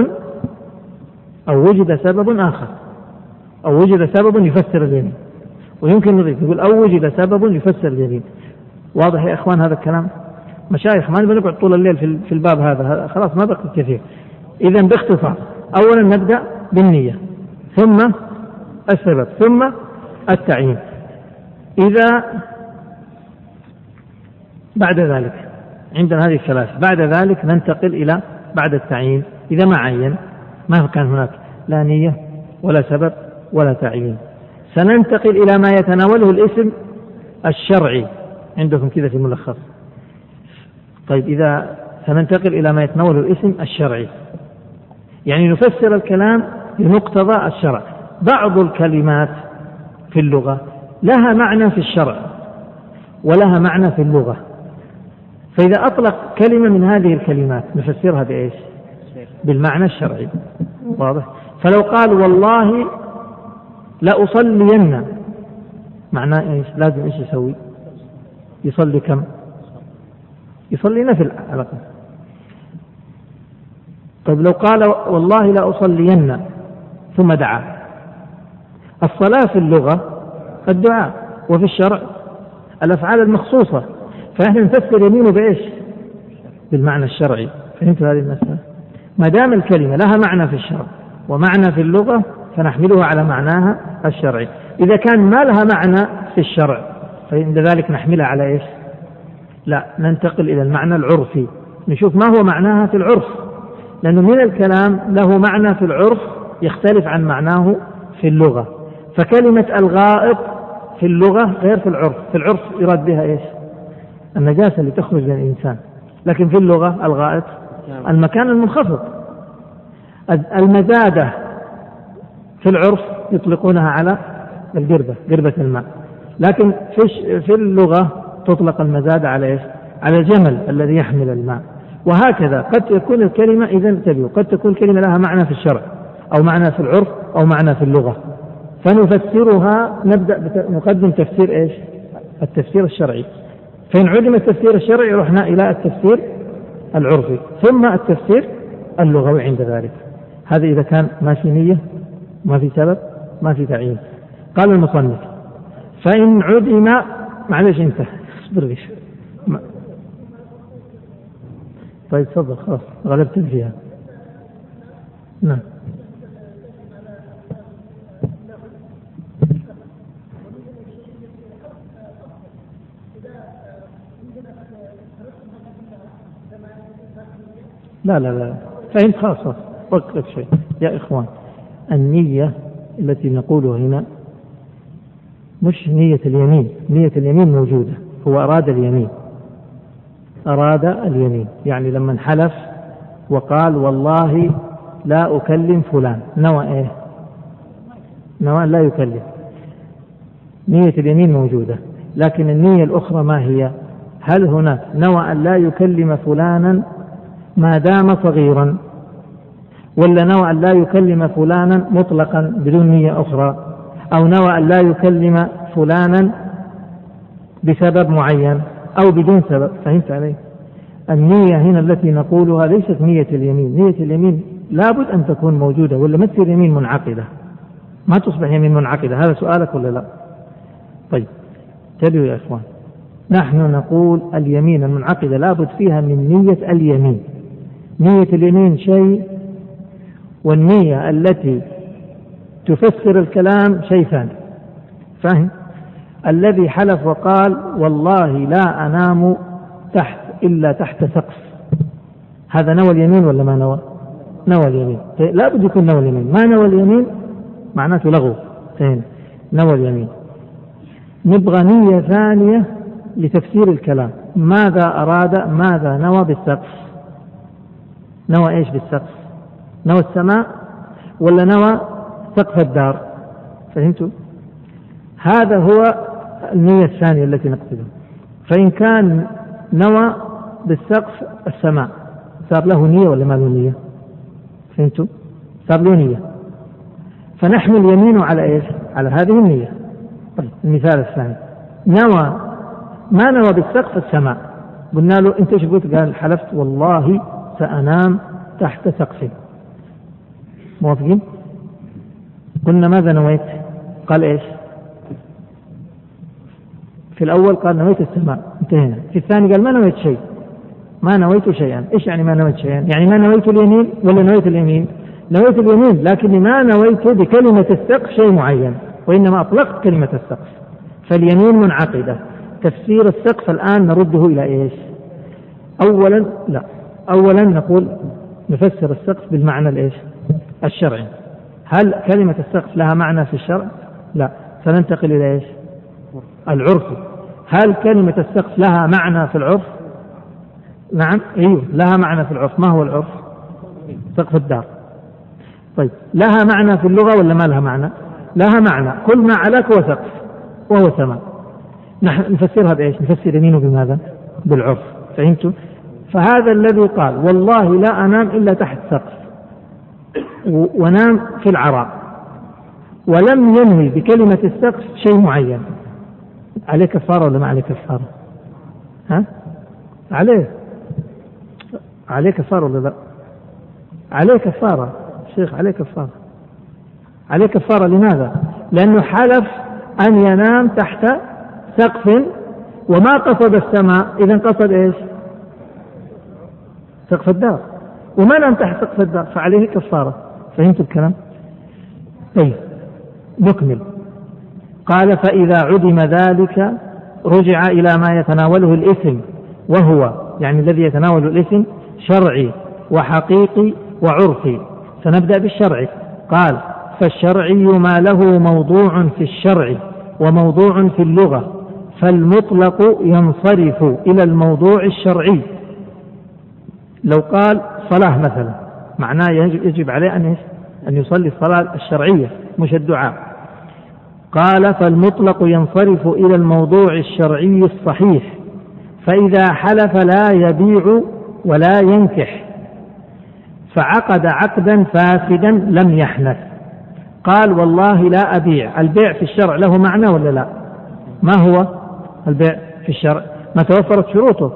سبب آخر، أو وجد سبب يفسر اليمين. ويمكن نضيف نقول أو وجد سبب يفسر اليمين. واضح يا إخوان هذا الكلام؟ مشايخ ما نبي نقعد طول الليل في الباب هذا، خلاص ما بقي كثير. إذن باختصار، أولا نبدأ بالنية، ثم السبب، ثم التعيين. إذا بعد ذلك عندنا هذه الثلاث، بعد ذلك ننتقل إلى بعد التعيين إذا ما عين ما كان هناك لا نية ولا سبب ولا تعيين. سننتقل إلى ما يتناوله الاسم الشرعي عندكم كذا في الملخص. طيب إذا سننتقل إلى ما يتناوله الاسم الشرعي، يعني نفسر الكلام بمقتضى الشرع. بعض الكلمات في اللغة لها معنى في الشرع ولها معنى في اللغة، فإذا أطلق كلمة من هذه الكلمات نفسرها بإيش؟ بالمعنى الشرعي. واضح؟ فلو قال والله لأصلين، معناه إيش؟ لازم إيش يسوي؟ يصلي كم؟ يصلي نفل على الأقل. طيب لو قال والله لأصلين ثم دعا، الصلاة في اللغة الدعاء، وفي الشرع الأفعال المخصوصة، فإحنا نفسر يمينه بإيش؟ بالمعنى الشرعي. فهمت هذه المسألة؟ ما دام الكلمة لها معنى في الشرع ومعنى في اللغة فنحملها على معناها الشرعي. إذا كان ما لها معنى في الشرع فعند ذلك نحملها على إيش؟ لا، ننتقل إلى المعنى العرفي، نشوف ما هو معناها في العرف، لأنه من الكلام له معنى في العرف يختلف عن معناه في اللغة. فكلمة الغائط في اللغة غير في العرف. في العرف يراد بها إيش؟ النجاسة اللي تخرج من الإنسان، لكن في اللغة الغائط المكان المنخفض. المزادة في العرف يطلقونها على القربة، قربة الماء، لكن في اللغة تطلق المزادة على إيش؟ على الجمل الذي يحمل الماء. وهكذا قد تكون الكلمة، إذا انتبهوا، قد تكون الكلمة لها معنى في الشرع أو معنى في العرف أو معنى في اللغة، فنفسرها. نبدأ نقدم تفسير إيش؟ التفسير الشرعي. فإن عدم التفسير الشرعي رحنا إلى التفسير العرفي ثم التفسير اللغوي عند ذلك. هذا إذا كان ما في نية، ما في سبب، ما في تعيين. قال المصنف فإن عدم، معلش انت اصبر ليش. طيب تفضل، خلاص غلبت فيها. نعم. لا فهمت خلاص. وقت شيء يا إخوان، النية التي نقولها هنا مش نية اليمين. نية اليمين موجودة، هو أراد اليمين، أراد اليمين، يعني لما حلف وقال والله لا أكلم فلان، نوى إيه؟ نوى لا يكلم. نية اليمين موجودة، لكن النية الأخرى ما هي؟ هل هناك نوى أن لا يكلم فلانا ما دام صغيرا، ولا نوى أن لا يكلم فلانا مطلقا بدون نية أخرى، أو نوى أن لا يكلم فلانا بسبب معين أو بدون سبب؟ فهمت علي؟ النية هنا التي نقولها ليست نية اليمين. نية اليمين لابد أن تكون موجودة، ولا ما تصير يمين منعقدة، ما تصبح يمين منعقدة. هذا سؤالك ولا لا؟ طيب تبعوا يا إخوان، نحن نقول اليمين المنعقدة لابد فيها من نية اليمين. نية اليمين شيء، والنية التي تفسر الكلام شيء ثاني. فاهم؟ الذي حلف وقال والله لا أنام إلا تحت سقف، هذا نوى اليمين ولا ما نوى؟ نوى اليمين. لا بد يكون نوى اليمين. ما نوى اليمين معناته لغو. نوى اليمين. نبغى نية ثانية لتفسير الكلام. ماذا أراد؟ ماذا نوى بالسقف؟ نوى إيش بالسقف؟ نوى السماء ولا نوى سقف الدار؟ فهمتوا؟ هذا هو النية الثانية التي نقصدها. فإن كان نوى بالسقف السماء صار له نية ولا ما له نية؟ فهمتوا؟ صار له نية، فنحمل يمينه على إيش؟ على هذه النية. طيب المثال الثاني، نوى ما نوى بالسقف السماء، قلنا له أنت إيش قلت؟ قال حلفت والله سأنام تحت سقف. موافقين؟ قلنا ماذا نويت؟ قال إيش؟ في الأول قال نويت السماء، انتهينا. في الثاني قال ما نويت شيء، ما نويت شيئا. إيش يعني ما نويت شيئا؟ يعني ما نويت اليمين ولا نويت اليمين؟ نويت اليمين، لكني ما نويت بكلمة السقف شيء معين، وإنما أطلقت كلمة السقف، فاليمين منعقدة. تفسير السقف الآن نرده إلى إيش؟ أولا نقول نفسر السقف بالمعنى الإيش؟ الشرعي. هل كلمة السقف لها معنى في الشرع؟ لا. سننتقل إلى إيش؟ العرف. هل كلمة السقف لها معنى في العرف؟ نعم، أيوه لها معنى في العرف. ما هو العرف؟ سقف الدار. طيب لها معنى في اللغة ولا ما لها معنى؟ لها معنى. كل ما علاك هو سقف وهو سماء. نحن نفسرها بإيش؟ نفسر يمينه بماذا؟ بالعرف. فهمتوا؟ فهذا الذي قال والله لا أنام إلا تحت سقف ونام في العراء ولم ينوي بكلمة السقف شيء معين، عليه كفارة ولا ما عليه كفارة؟ ها؟ عليه كفارة ولا لا؟ عليه كفارة شيخ، عليه كفارة. عليه كفارة. لماذا؟ لأنه حلف أن ينام تحت سقف وما قصد السماء، إذن قصد إيش؟ سقف الدار، وما نام تحت سقف الدار فعليه كفارة. فهمت الكلام؟ طيب نكمل. قال فإذا عدم ذلك رجع إلى ما يتناوله الإثم، وهو يعني الذي يتناول الإثم شرعي وحقيقي وعرفي. سنبدأ بالشرعي. قال فالشرعي ما له موضوع في الشرع وموضوع في اللغة، فالمطلق ينصرف إلى الموضوع الشرعي. لو قال صلاة مثلا معناه يجب عليه أن يصلي الصلاة الشرعية مش الدعاء. قال فالمطلق ينصرف إلى الموضوع الشرعي الصحيح، فإذا حلف لا يبيع ولا ينكح فعقد عقدا فاسدا لم يحنث. قال والله لا أبيع. البيع في الشرع له معنى ولا لا؟ ما هو البيع في الشرع؟ ما توفرت شروطه.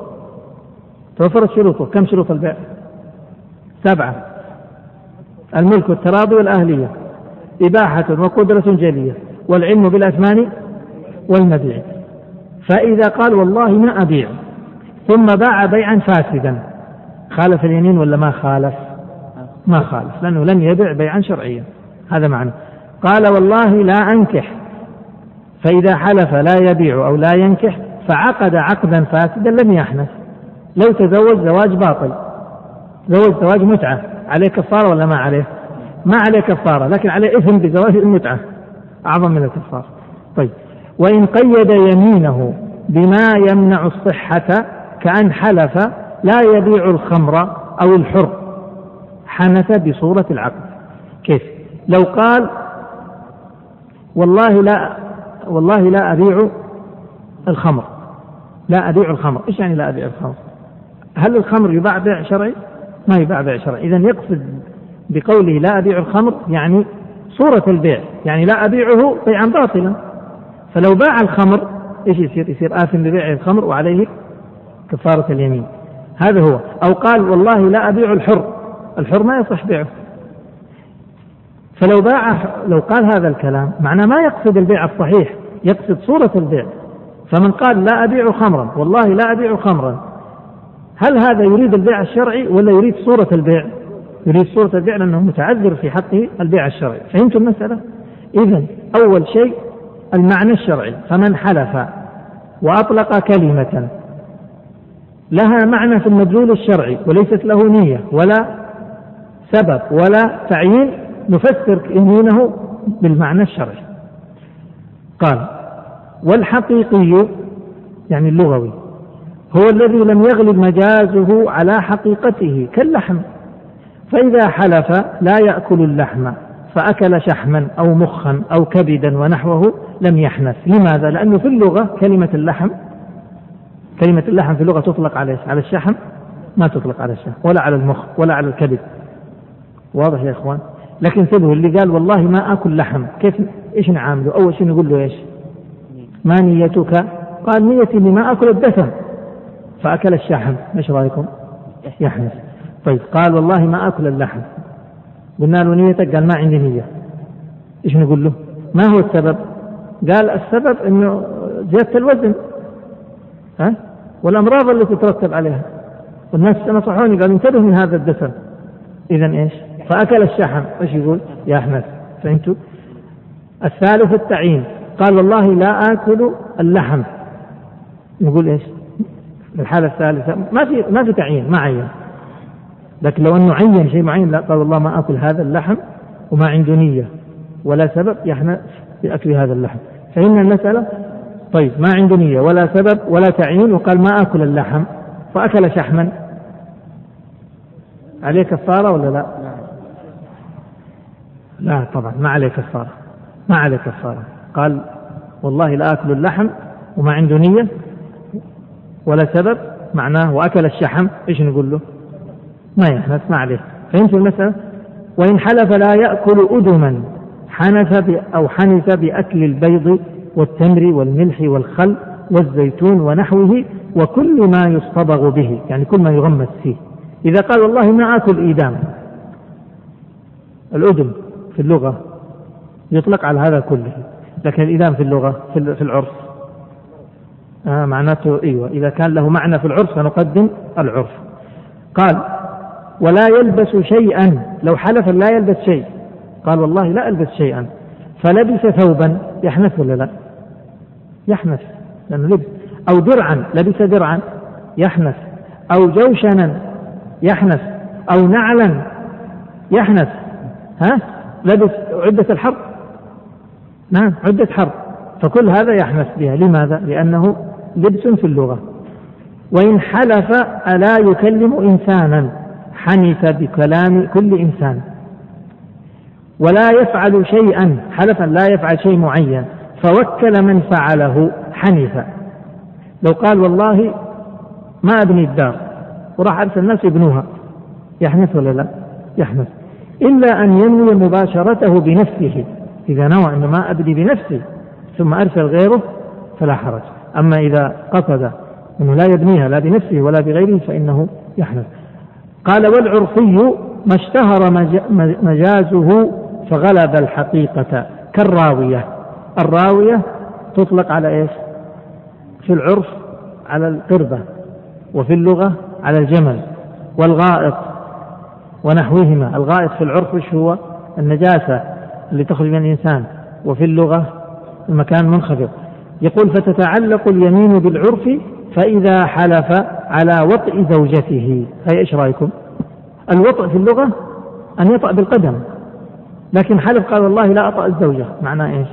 كم شروط البيع؟ 7: الملك والتراضي والأهلية، إباحة وقدرة جلية، والعلم بالأثمان والمبيع. فإذا قال والله ما أبيع ثم باع بيعا فاسدا خالف اليمين ولا ما خالف؟ ما خالف، لأنه لم يبيع بيعا شرعيا. هذا معنى. قال والله لا أنكح، فإذا حلف لا يبيع أو لا ينكح فعقد عقدا فاسدا لم يحنث. لو تزوج زواج باطل، زواج متعة، عليه كفارة ولا ما عليه؟ ما عليه كفارة، لكن عليه إثم بزواج المتعة أعظم من الكفارة. طيب وإن قيد يمينه بما يمنع الصحة كأن حلف لا يبيع الخمر أو الحر حنث بصورة العقد. كيف؟ لو قال والله لا أبيع الخمر، إيش يعني لا أبيع الخمر؟ هل الخمر يباع بيع شرعي؟ ما يباع بيع شرعي. إذن يقصد بقوله لا أبيع الخمر يعني صورة البيع، يعني لا أبيعه بيعا باطلا. فلو باع الخمر إيش يصير آثم ببيع الخمر وعليه كفارة اليمين. هذا هو. أو قال والله لا أبيع الحر ما يصح بيعه. لو قال هذا الكلام معناه ما يقصد البيع الصحيح، يقصد صورة البيع. فمن قال لا أبيع خمرا والله لا أبيع خمرا، هل هذا يريد البيع الشرعي ولا يريد صورة البيع؟ يريد صورة البيع لأنه متعذر في حقه البيع الشرعي. فهمتم المسألة؟ إذن أول شيء المعنى الشرعي. فمن حلف وأطلق كلمة لها معنى في المدلول الشرعي وليست له نية ولا سبب ولا تعيين نفسر يمينه بالمعنى الشرعي. قال والحقيقي يعني اللغوي هو الذي لم يغلب مجازه على حقيقته كاللحم، فإذا حلف لا يأكل اللحم فأكل شحما أو مخا أو كبدا ونحوه لم يحنث. لماذا؟ لأنه في اللغة كلمة اللحم في اللغة تطلق على الشحم، ما تطلق على الشحم ولا على المخ ولا على الكبد. واضح يا إخوان؟ لكن انتبهوا، اللي قال والله ما أكل لحم إيش نعامله؟ أول شيء نقول له إيش؟ ما نيتك؟ قال نيتي لما أكل الدسم فأكل الشحم. إيش رأيكم؟ يحنث. طيب قال والله ما أكل اللحم، قلنا له نيتك؟ قال ما عندي نية. إيش نقول له؟ ما هو السبب؟ قال السبب إنه زيادة الوزن والأمراض التي تترتب عليها، والناس نصحوني قالوا انتبه من هذا الدسم. إذن إيش؟ فأكل الشحم. إيش يقول؟ يحنث. فهمتوا؟ الثالث التعيين. قال والله لا آكل اللحم، نقول إيش؟ الحالة الثالثة ما في تعيين، ما عين. لكن لو أنه عين شيء معين، لا، قال والله ما أكل هذا اللحم وما عنده نية ولا سبب يحنث بأكل هذا اللحم، فإن المسألة طيب ما عنده نية ولا سبب ولا تعيين وقال ما أكل اللحم فأكل شحما، عليه كفارة ولا لا؟ لا طبعا ما عليه كفارة، ما عليه كفارة. قال والله لا أكل اللحم وما عنده نية ولا سبب، معناه وأكل الشحم، إيش نقول له؟ ما يحنث، ما عليه. فهمت المسألة؟ وإن حلف لا يأكل أدما حنث بأكل البيض والتمر والملح والخل والزيتون ونحوه وكل ما يصطبغ به، يعني كل ما يغمس فيه. إذا قال والله ما أكل إيدام، الأدم في اللغة يطلق على هذا كله، لكن الإيدام في اللغة في العرف معناته إيوه، إذا كان له معنى في العرف فنقدم العرف. قال ولا يلبس شيئا، لو حلف لا يلبس شيء، قال والله لا ألبس شيئا فلبس ثوبا، يحنث ولا لا؟ يحنث لأنه لبس. أو درعا، لبس درعا يحنث. أو جوشنا يحنث. أو نعلا يحنث. لبس عدة الحرب، نعم عدة حرب، فكل هذا يحنث بها. لماذا؟ لأنه لبس في اللغة. وإن حلف ألا يكلم إنسانا حنث بكلام كل إنسان. ولا يفعل شيئا، حلفا لا يفعل شيء معين فوكل من فعله حنث. لو قال والله ما أبني الدار وراح أرسل الناس يبنوها، يحنث ولا لا؟ يحنث، إلا أن ينوي مباشرته بنفسه. إذا نوى أنه ما أبني بنفسي ثم أرسل غيره فلا حرج. أما إذا قصد أنه لا يبنيها لا بنفسه ولا بغيره فإنه يحنث. قال والعرفي ما اشتهر مجازه فغلب الحقيقة كالراوية. الراوية تطلق على إيش؟ في العرف على القربة، وفي اللغة على الجمل والغائط ونحوهما. الغائط في العرف وش هو؟ النجاسة اللي تخرج من الإنسان، وفي اللغة المكان منخفض. يقول فتتعلق اليمين بالعرف فإذا حلف على وطئ زوجته. هي إيش رأيكم؟ الوطئ في اللغة أن يطأ بالقدم، لكن حلف قال والله لا أطأ الزوجة، معناه إيش؟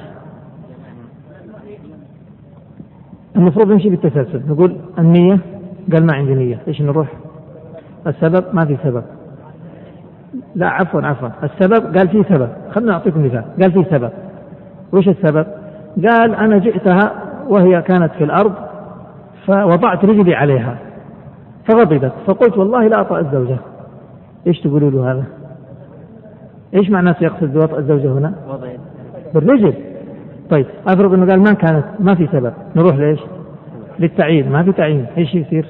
المفروض نمشي بالتسلسل، نقول النية، قال ما عندي نية، إيش نروح؟ السبب ما في سبب، لا عفوا السبب قال فيه سبب. خلنا أعطيكم مثال، قال فيه سبب. وش السبب؟ قال أنا جئتها وهي كانت في الأرض فوضعت رجلي عليها فغضبت فقلت والله لا أطأ الزوجة. إيش تقولوا له هذا؟ إيش معناه يقصد بوطأ الزوجة هنا؟ بالرجل. طيب أفرض أنه قال ما كانت، ما في سبب، نروح ليش؟ للتعيين. ما في تعيين، إيش يصير؟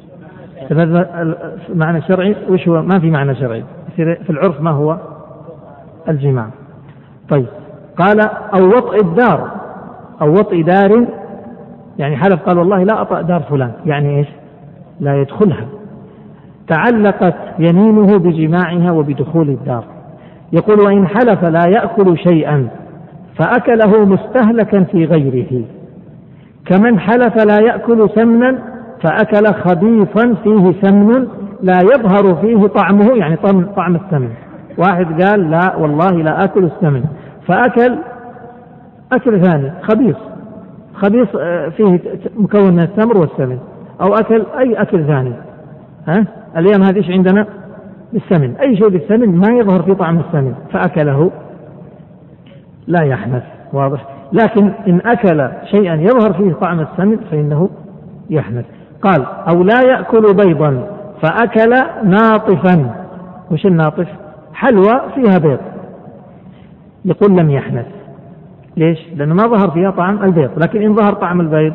معنى الشرعي وش هو؟ ما في معنى شرعي، يصير في العرف ما هو؟ الجماع. طيب قال أو وطئ الدار، أو وطئ دار، يعني حلف قال والله لا أطأ دار فلان، يعني إيش؟ لا يدخلها. تعلقت يمينه بجماعها وبدخول الدار. يقول وإن حلف لا يأكل شيئا فأكله مستهلكا في غيره، كمن حلف لا يأكل سمنا فأكل خبيثا فيه سمن لا يظهر فيه طعمه، يعني طعم السمن. واحد قال لا والله لا أكل السمن فأكل أكل ثاني خبيث فيه مكون من التمر والسمن، أو أكل أي أكل ثاني. اليوم هذا إيش عندنا؟ بالسمن، أي شيء بالسمن ما يظهر فيه طعم السمن فأكله لا يحنث، واضح. لكن إن أكل شيئا يظهر فيه طعم السمن فإنه يحنث. قال أو لا يأكل بيضا فأكل ناطفا. وش الناطف؟ حلوى فيها بيض. يقول لم يحنث. ليش؟ لأنه ما ظهر فيها طعم البيض، لكن إن ظهر طعم البيض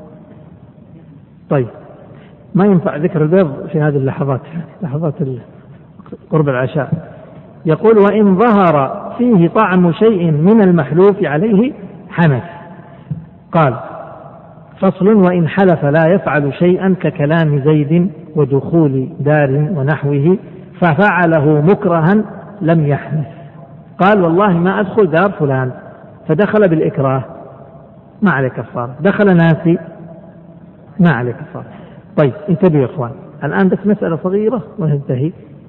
طيب ما ينفع ذكر البيض في هذه اللحظات، لحظات قرب العشاء. يقول وإن ظهر فيه طعم شيء من المحلوف عليه حنث. قال فصل وإن حلف لا يفعل شيئا ككلام زيد ودخول دار ونحوه ففعله مكرها لم يحنث. قال والله ما أدخل دار فلان فدخل بالإكراه ما عليه كفارة، دخل ناسي ما عليه كفارة. طيب انتبهوا يا إخوان، الآن بس مسألة صغيرة وننتهي.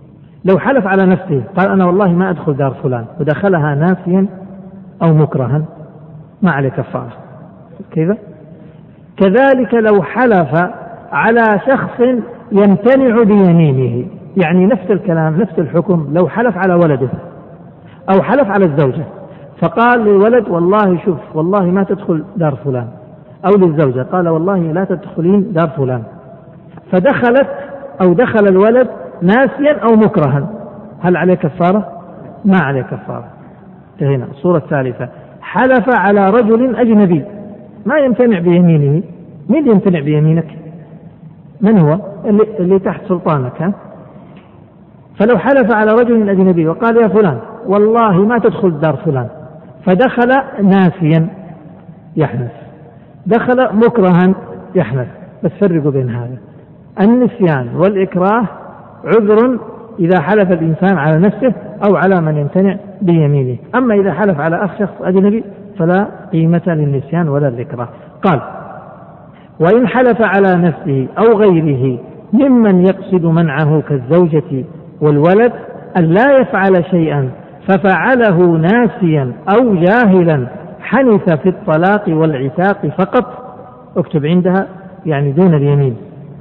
لو حلف على نفسه قال أنا والله ما أدخل دار فلان ودخلها ناسيا أو مكرها ما عليه كفارة كذا. كذلك لو حلف على شخص يمتنع بيمينه، يعني نفس الكلام نفس الحكم. لو حلف على ولده أو حلف على الزوجة فقال للولد والله شوف والله ما تدخل دار فلان، أو للزوجة قال والله لا تدخلين دار فلان، فدخلت أو دخل الولد ناسيا أو مكرها، هل عليه كفارة؟ ما عليه كفارة. هنا الصورة الثالثة، حلف على رجل أجنبي ما يمتنع بيمينه. مين يمتنع بيمينك؟ من هو؟ اللي تحت سلطانك ها؟ فلو حلف على رجل أجنبي وقال يا فلان والله ما تدخل دار فلان، فدخل ناسيا يحنث، دخل مكرها يحنث. بس فرقوا بين هذا، النسيان والإكراه عذر إذا حلف الإنسان على نفسه أو على من يمتنع بيمينه. أما إذا حلف على شخص أجنبي فلا قيمة للنسيان ولا الإكراه. قال وإن حلف على نفسه أو غيره ممن يقصد منعه كالزوجة والولد أن لا يفعل شيئا ففعله ناسيا أو جاهلا حنث في الطلاق والعتاق فقط. اكتب عندها يعني دون اليمين.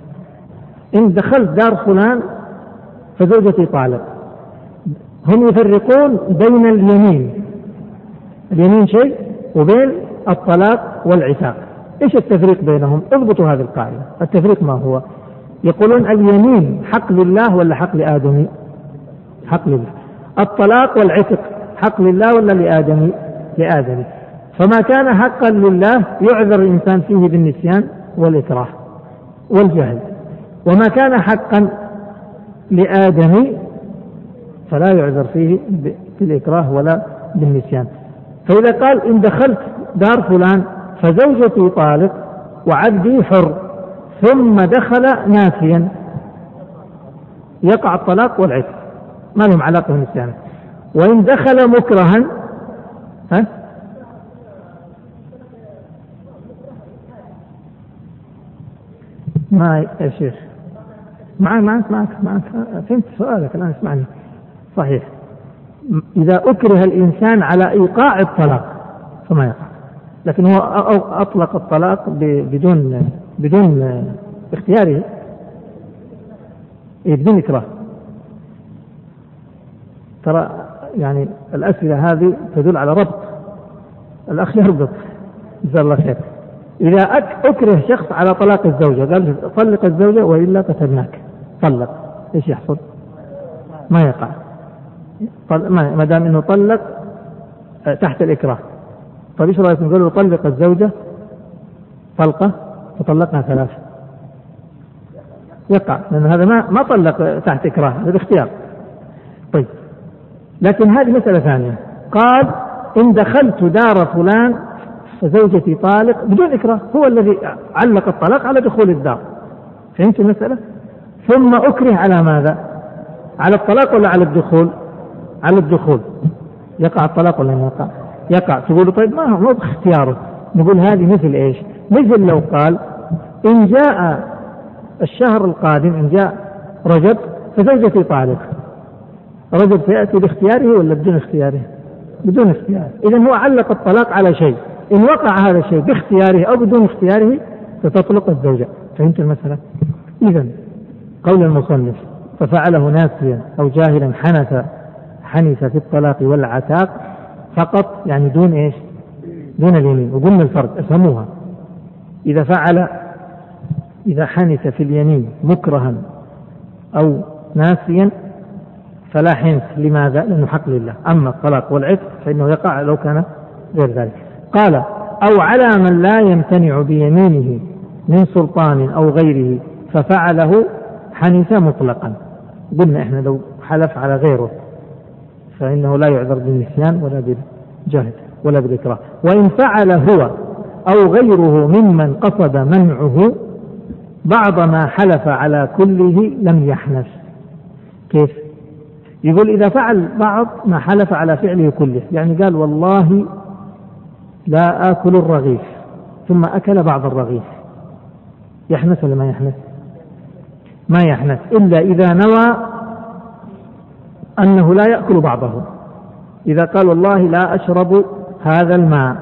إن دخلت دار فلان فزوجتي طالق، هم يفرقون بين اليمين شيء وبين الطلاق والعتاق. إيش التفريق بينهم؟ اضبطوا هذه القاعدة. التفريق ما هو؟ يقولون اليمين حق لله ولا حق لآدمي؟ حق لله. الطلاق والعتق حق لله ولا لآدمي؟ لآدمي. فما كان حقا لله يعذر الإنسان فيه بالنسيان والإكراه والجهل، وما كان حقا لآدمي فلا يعذر فيه بالإكراه ولا بالنسيان. فإذا قال إن دخلت دار فلان فزوجتي طالق وعبدي حر ثم دخل ناسيا يقع الطلاق والعتق، ما لهم علاقة بالنسيان. وإن دخل مكرها ما يا شيخ معك فهمت سؤالك الآن، اسمعني. صحيح، إذا أكره الإنسان على إيقاع الطلاق فما يقع، لكن هو أطلق الطلاق بدون اختياره، بدون إكراه. ترى يعني الأسئلة هذه تدل على ربط، الأخ يربط جزاه الله خير. إذا أكره شخص على طلاق الزوجة قال طلق الزوجة وإلا قتلناك، طلق، إيش يحصل؟ ما يقع ما دام إنه طلق تحت الإكراه. طيب إيش رأيكم نقول له طلق الزوجة طلقة فطلقنا 3؟ يقع، لأن هذا ما طلق تحت إكراه، هذا باختيار. طيب لكن هذه مسألة ثانية. قال إن دخلت دار فلان فزوجتي طالق بدون إكراه، هو الذي علق الطلاق على دخول الدار. فهمت المسألة؟ ثم أكره على ماذا؟ على الطلاق ولا على الدخول؟ على الدخول. يقع الطلاق ولا ما يقع؟ يقع. تقول طيب ما هو باختياره. نقول هذه مثل إيش؟ مثل لو قال إن جاء الشهر القادم، إن جاء رجب فزوجتي طالق، رجب سيأتي باختياره ولا بدون اختياره؟ بدون اختياره. إذن هو علق الطلاق على شيء، إن وقع هذا الشيء باختياره أو بدون اختياره فتطلق الزوجة. فهمت المسألة؟ إذن قول المصنف ففعله ناسيا أو جاهلا حنث في الطلاق والعتاق فقط، يعني دون إيش؟ دون اليمين. وقلنا الفرق افهموها. إذا حنث في اليمين مكرها أو ناسيا فلا حنث. لماذا؟ لأنه حق لله. أما الطلاق والعتق فإنه يقع لو كان غير ذلك. قال أو على من لا يمتنع بيمينه من سلطان أو غيره ففعله حنث مطلقا. قلنا إحنا لو حلف على غيره فإنه لا يعذر بالنسيان ولا بالجهل ولا بالإكراه. وإن فعل هو أو غيره ممن قصد منعه بعض ما حلف على كله لم يحنث. كيف؟ يقول إذا فعل بعض ما حلف على فعله كله، يعني قال والله لا آكل الرغيف ثم أكل بعض الرغيف، يحنث ولا ما يحنث؟ ما يحنث إلا إذا نوى أنه لا يأكل بعضه. إذا قال والله لا أشرب هذا الماء،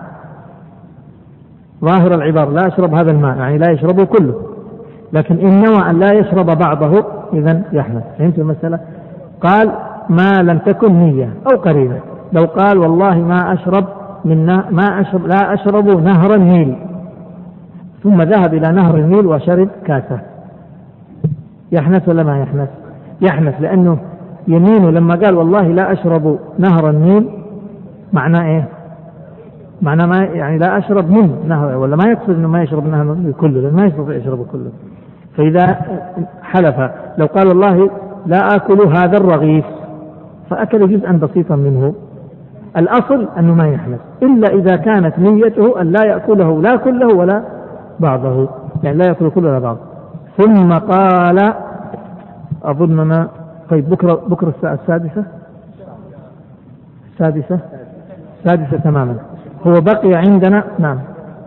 ظاهر العبارة لا أشرب هذا الماء يعني لا يشربه كله، لكن إن نوى أن لا يشرب بعضه إذن يحنث. فهمت المسألة؟ قال ما لم تكن نية أو قرينة. لو قال والله ما أشرب لا أشرب نهر النيل، ثم ذهب إلى نهر النيل وشرب كاسة، يحنث ولا ما يحنث؟ يحنث، لأنه يمينه لما قال والله لا أشرب نهر النيل معناه إيه؟ معناه ما يعني لا أشرب من نهر، ولا ما يقصد إنه ما يشرب نهر النيل كله، لأنه ما يستطيع يشربه كله. فإذا حلف لو قال والله لا آكل هذا الرغيف فأكل جزءا بسيطا منه، الأصل أنه ما يحنث إلا إذا كانت نيته أن لا يأكله لا كله ولا بعضه، يعني لا يأكل كله ولا بعضه. ثم قال أظننا طيب بكرة الساعة السادسة تماما. هو بقي عندنا نعم.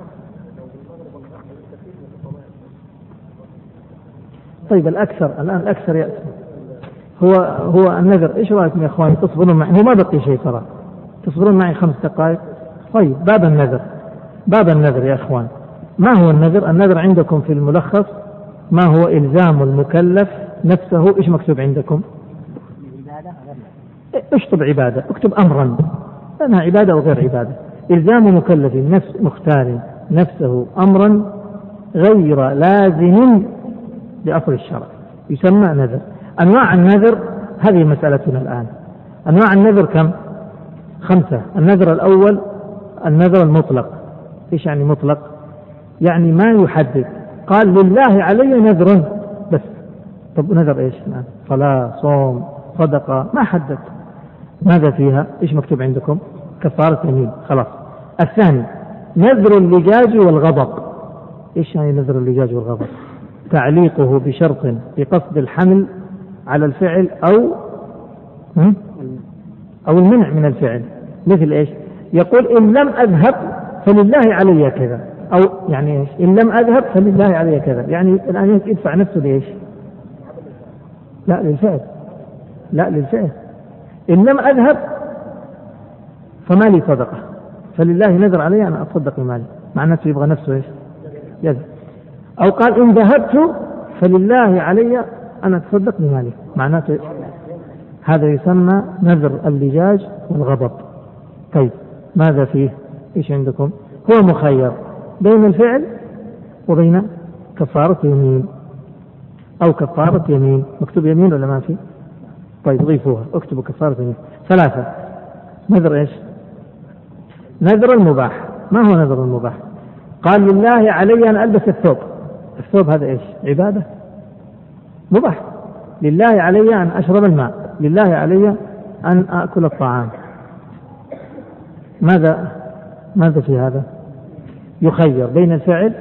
طيب الأكثر يأتي هو النذر. إيش رأيكم يا أخوان تصبرون معي؟ هو ما بقي شيء ترى، تصبرون معي 5 دقائق. طيب باب النذر يا أخوان. ما هو النذر؟ النذر عندكم في الملخص ما هو إلزام المكلف نفسه. إيش مكتوب عندكم؟ اشطب عبادة، اكتب أمرا، أنها عبادة وغير عبادة. إلزام مكلف مختار نفسه أمرا غير لازم لأصل الشرع يسمى نذر. أنواع النذر هذه مسألتنا الآن. أنواع النذر كم؟ 5. النذر الأول النذر المطلق. إيش يعني مطلق؟ يعني ما يحدد، قال لله علي نذر بس. طب نذر إيش؟ صلاة، صوم، صدقة، ما حدد. ماذا فيها؟ إيش مكتوب عندكم؟ كفارة يمين، خلاص. الثاني نذر اللجاج والغضب. إيش يعني نذر اللجاج والغضب؟ تعليقه بشرط بقصد الحمل على الفعل أو المنع من الفعل. مثل إيش؟ يقول إن لم أذهب فلله علي كذا، أو يعني إيش؟ إن لم أذهب فلله علي كذا، يعني الآن يدفع نفسه لإيش؟ لا للفعل. إن لم أذهب فما لي صدقة، فلله نذر علي أن أتصدق بمالي، معناته يبغى نفسه إيش؟ يذهب. أو قال إن ذهبت فلله علي أن أتصدق بمالي، معناته هذا يسمى نذر اللجاج والغضب. طيب ماذا فيه؟ إيش عندكم؟ هو مخير بين الفعل وبين كفارة يمين أو كفارة يمين. مكتوب يمين ولا ما في؟ طيب ضيفوها، اكتبوا كفارة يمين. 3 نذر إيش؟ نذر المباح. ما هو نذر المباح؟ قال لله علي أن ألبس الثوب هذا إيش؟ عبادة مباح. لله علي أن أشرب الماء، لله علي أن أكل الطعام. ماذا في هذا؟ يخير بين الفعل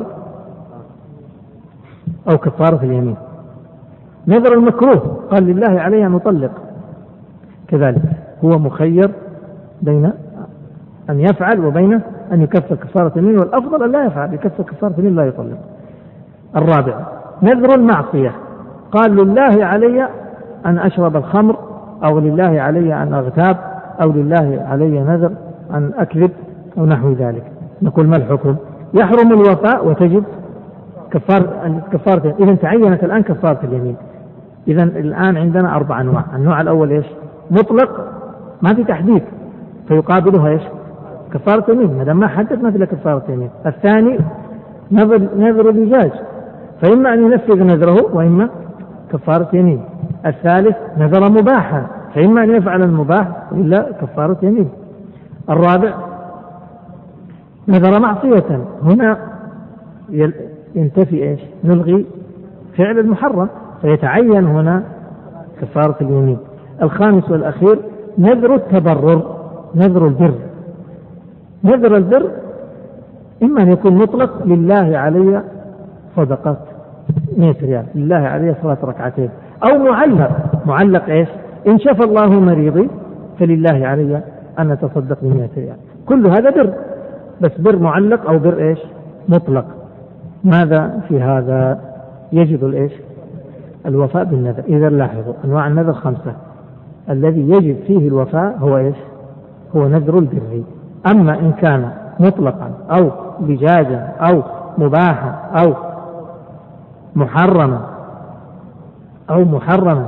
أو كفارة اليمين. نذر المكروه قال لله علي أن أطلق، كذلك هو مخير بين أن يفعل وبين أن يكفر كفارة اليمين، والأفضل أن لا يفعل، يكفر كفارة اليمين لا يطلق. 4 نذر المعصية قال لله علي أن أشرب الخمر، أو لله علي أن أغتاب، أو لله علي نذر أن أكذب أو نحو ذلك. نقول ما الحكم؟ يحرم الوفاء وتجب كفارة. إذن تعينت الآن كفارة اليمين. إذن الآن عندنا 4 أنواع. النوع الأول إيش؟ مطلق ما في تحديد، فيقابلها إيش؟ كفارة يمين، ما دام ما حدد ما في كفارة يمين. الثاني نذر اللجاج، فإما أن ينفذ نذره وإما كفارة يمين. الثالث نذر مباحا، فإما أن يفعل المباح إلا كفارة يمين. 4 نذر معصية، هنا ينتفي إيش؟ نلغي فعل المحرم، فيتعين هنا كفارة اليمين. 5 والأخير نذر التبرر، نذر البر. نذر البر إما أن يكون مطلق لله علي صدقات 100 ريال، لله علي صلاة 2 ركعتين، أو معلق إيش؟ إن شفى الله مريضي فلله علي أن أتصدق ب100 ريال. كل هذا بر، بس بر معلق أو بر إيش؟ مطلق. ماذا في هذا؟ يجب الإيش؟ الوفاء بالنذر. إذا لاحظوا أنواع النذر 5. الذي يجب فيه الوفاء هو إيش؟ هو نذر البر. أما إن كان مطلقا أو لجاجا أو مباحا أو محرما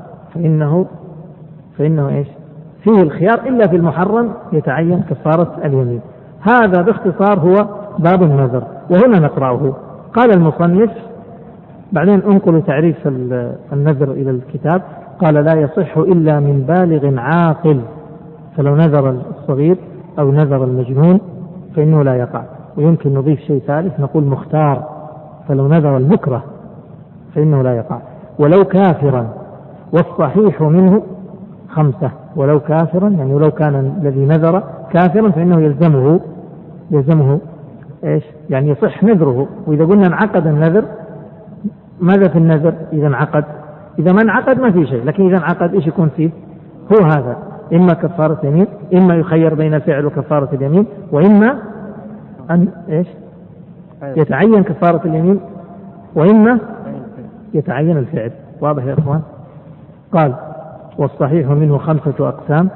فإنه إيش؟ فيه الخيار، إلا في المحرم يتعين كفارة اليمين. هذا باختصار هو باب النذر. وهنا نقرأه. قال المصنف بعدين انقلوا تعريف النذر إلى الكتاب. قال لا يصح إلا من بالغ عاقل، فلو نذر الصغير أو نذر المجنون فإنه لا يقع. ويمكن نضيف شيء ثالث نقول مختار، فلو نذر المكره فإنه لا يقع. ولو كافرا، والصحيح منه 5. ولو كافرا يعني ولو كان الذي نذر كافرا فإنه يلزمه إيش؟ يعني يصح نذره. وإذا قلنا انعقد النذر، ماذا في النذر إذا انعقد؟ إذا ما انعقد ما في شيء، لكن إذا انعقد إيش يكون فيه؟ هو هذا، إما كفارة يمين، إما يخير بين الفعل وكفارة اليمين، وإما أن إيش؟ يتعين كفارة اليمين، وإما يتعين الفعل. واضح يا إخوان؟ قال والصحيح منه 5 أقسام.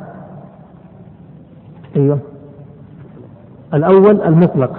أيوه. الأول المطلق.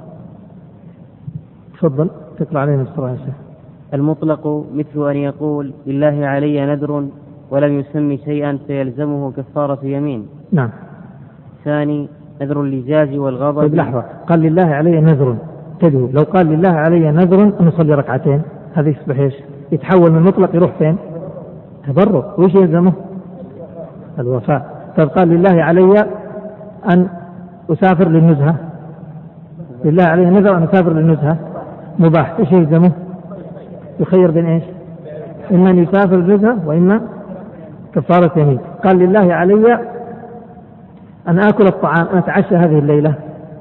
تفضل تقرأ علينا بسرعة. المطلق مثل أن يقول لله علي نذر ولم يسمي شيئا فيلزمه كفارة يمين. نعم. ثاني نذر اللجاج والغضب. طيب لحظة، قال لله علي نذر، تدعو لو قال لله علي نذر أن أصلي ركعتين، هذا يصبح إيش؟ يتحول من مطلق يروح فين؟ تبرر. وإيش يلزمه؟ الوفاء. طيب قال لله علي أن أسافر للنزهة، لله علي نذر أن أسافر للنزهة، مباح، إيش يلزمه؟ يخير بين إيش؟ إما أن يسافر للنزهة وإما كفارة يمين. قال لله علي أن آكل الطعام، أن أتعشى هذه الليلة،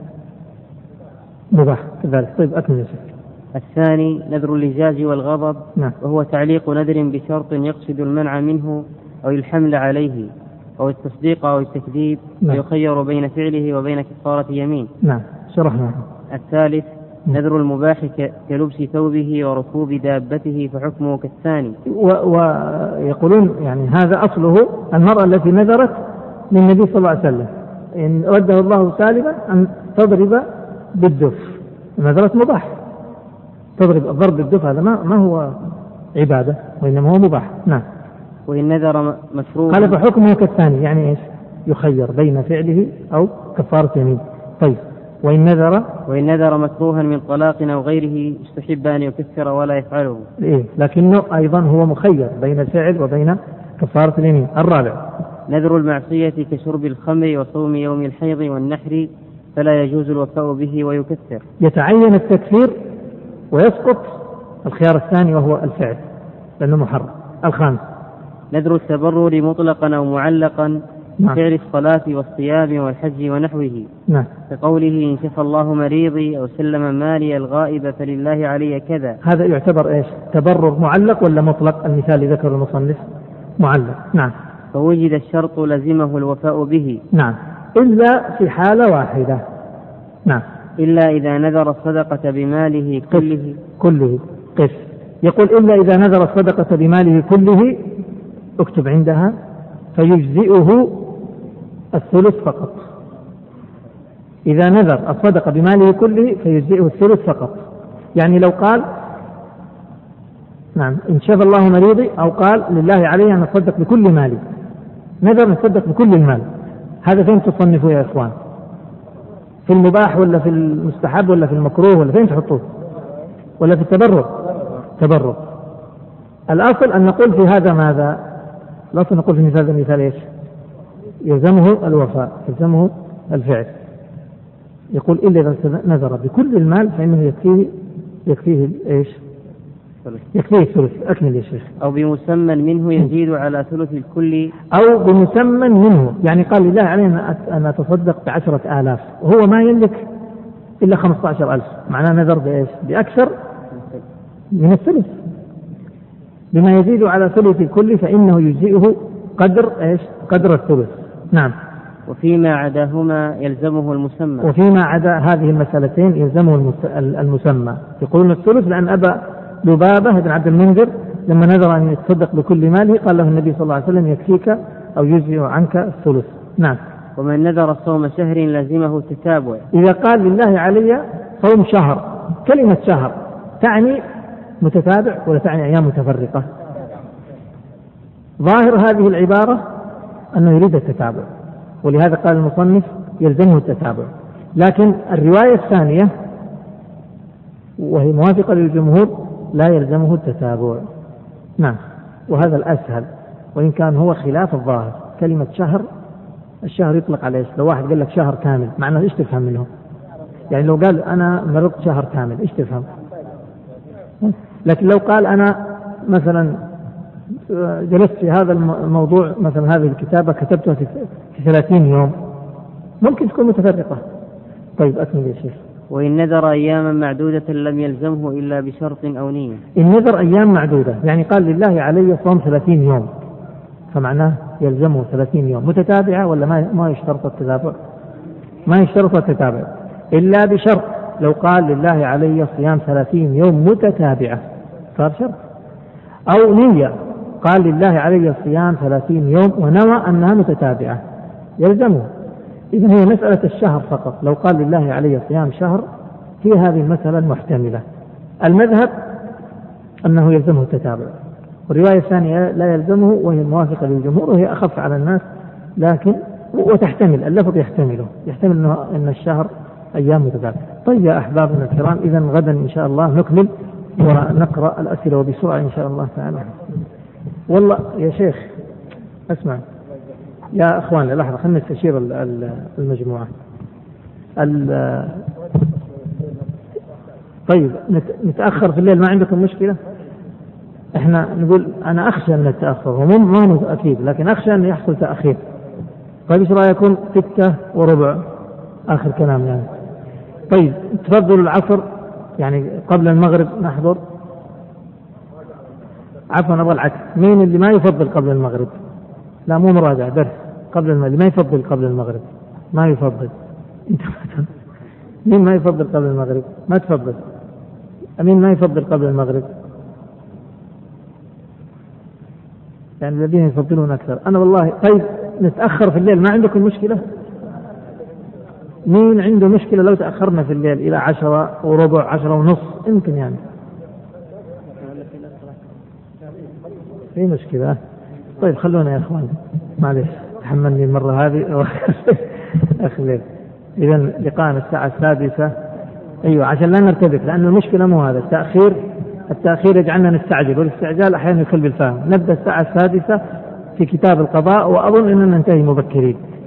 مباح كذلك. طيب أكمل يا شيخ. الثاني نذر اللجاج والغضب. نعم. وهو تعليق نذر بشرط يقصد المنع منه أو الحمل عليه أو التصديق أو التكذيب. نعم. ويخير بين فعله وبين كفارة يمين. نعم شرحنا. الثالث نذر المباح كلبس ثوبه وركوب دابته فحكمه كالثاني. ويقولون يعني هذا أصله المرأة التي نذرت للنبي صلى الله عليه وسلم إن رده الله سالما أن تضرب بالدف، نذرت مباح، تضرب الضرب بالدف هذا ما هو عبادة وإنما هو مباح. نعم. وإن نذر مشروع قال فحكمه كالثاني، يعني إيش؟ يخير بين فعله أو كفارة يمين. طيب وإن نذر مكروها من طلاق أو غيره استحب أن يكفر ولا يفعله. إيه؟ لكنه أيضا هو مخير بين الفعل وبين كفارة اليمين. الرابع نذر المعصية كشرب الخمر وصوم يوم الحيض والنحر فلا يجوز الوفاء به ويكفر. يتعين التكفير ويسقط الخيار الثاني وهو الفعل لأنه محرم. الخامس نذر التبرر مطلقا أو معلقا فعل الصلاة والصيام والحج ونحوه. نعم. كقوله إن شفى الله مريضي أو سلم مالي الغائب فلله علي كذا. هذا يعتبر إيش؟ تبرر معلق ولا مطلق؟ المثال اللي ذكر المصنف معلق. نعم. فوجد الشرط لزمه الوفاء به. نعم. إلا في حالة واحدة. نعم. إلا إذا نذر الصدقة بماله كله. قف. يقول إلا إذا نذر الصدقة بماله كله، اكتب عندها، فيجزئه الثلث فقط. إذا نذر الصدقة بماله كله فيجزئه الثلث فقط. يعني لو قال نعم إن شفى الله مريضي، أو قال لله علي أن أتصدق بكل مالي، نذر نتصدق بكل المال، هذا فين تصنفوا يا إخوان؟ في المباح ولا في المستحب ولا في المكروه ولا فين تحطوه؟ ولا في التبرر؟ تبرر. الأصل أن نقول في هذا ماذا؟ الأصل نقول في هذا المثال إيش؟ يلزمه الوفاء، يلزمه الفعل. يقول إلا إذا نذر بكل المال فإنه يكفيه إيش؟ يكفيه الثلث. أكمل يا شيخ. أو بمسمى منه يزيد على ثلث الكل. أو بمسمى منه، يعني قال لله علينا أن أتصدق ب10,000 وهو ما يملك إلا 15,000، معناه نذر بإيش؟ بأكثر من الثلث. بما يزيد على ثلث الكل فإنه يجزئه قدر إيش؟ قدر الثلث. نعم. وفيما عداهما يلزمه المسمى. وفيما عدا هذه المسألتين يلزمه المسمى. يقولون الثلث لأن أبا لبابة بن عبد المنذر لما نذر أن يتصدق بكل ماله قال له النبي صلى الله عليه وسلم يكفيك أو يجزئ عنك الثلث. نعم. ومن نذر صوم شهر لازمه تتابع. إذا قال لله علي صوم شهر، كلمة شهر تعني متتابع ولا تعني أيام متفرقة؟ ظاهر هذه العبارة أنه يريد التتابع، ولهذا قال المصنف يلزمه التتابع. لكن الرواية الثانية وهي موافقة للجمهور لا يلزمه التتابع. نعم، وهذا الأسهل، وإن كان هو خلاف الظاهر. كلمة شهر، الشهر يطلق عليه. لو واحد قال لك شهر كامل، معناه إيش تفهم منه؟ يعني لو قال أنا مرضت شهر كامل، إيش تفهم؟ لكن لو قال أنا مثلا جلست في هذا الموضوع، مثلا هذه الكتابة كتبتها في 30 يوم، ممكن تكون متفرقة. طيب أكمل يا شيخ. وإن نذر أياما معدودة لم يلزمه إلا بشرط أو نية. إن نذر أيام معدودة يعني قال لله علي صوم 30 يوم، فمعناه يلزمه 30 يوم متتابعة، ولا ما يشترط التتابع؟ ما يشترط التتابع إلا بشرط. لو قال لله علي صيام 30 يوم متتابعة صار شرط. أو نية، قال لله علي صيام 30 يوم ونوى أنها متتابعة، يلزمه. إذن هي مسألة الشهر فقط. لو قال لله علي صيام شهر هي هذه المسألة المحتملة. المذهب أنه يلزمه التتابع، والرواية الثانية لا يلزمه وهي الموافقة للجمهور وهي أخف على الناس، لكن وتحتمل اللفظ يحتمل أن الشهر أيام متتابعة. طيب يا أحبابنا الكرام، إذن غدا إن شاء الله نكمل ونقرأ الأسئلة وبسرعة إن شاء الله تعالى. والله يا شيخ اسمع يا أخوان، لحظة خلنا نستشير المجموعة. طيب نتأخر في الليل، ما عندكم مشكلة؟ احنا نقول أنا أخشى من التأخر، ما هو أكيد، لكن أخشى أن يحصل تأخير. طيب إيش رأيكم 6:15 آخر كلام يعني؟ طيب تفضلوا العصر يعني قبل المغرب نحضر. عفوا نبغى العكس. مين اللي ما يفضل قبل المغرب؟ لا مو مراجعة، درس قبل المغرب. ما يفضل قبل المغرب، ما يفضل. مين ما يفضل قبل المغرب؟ ما تفضل. مين ما يفضل قبل المغرب؟ يعني الذين يفضلون أكثر. أنا والله. طيب نتأخر في الليل، ما عندكم مشكلة؟ مين عنده مشكلة لو تأخرنا في الليل إلى 10:15 10:30 يمكن يعني؟ في مشكلة. طيب خلونا يا أخوان، معلش تحملني المرة هذه أخليل. إذن لقاءنا الساعة 6. أيوة عشان لا نرتبك، لأن المشكلة مو هذا التأخير يجعلنا نستعجل، والاستعجال أحيانا يخل بالفهم. نبدأ الساعة 6 في كتاب القضاء، وأظن أننا ننتهي مبكرين.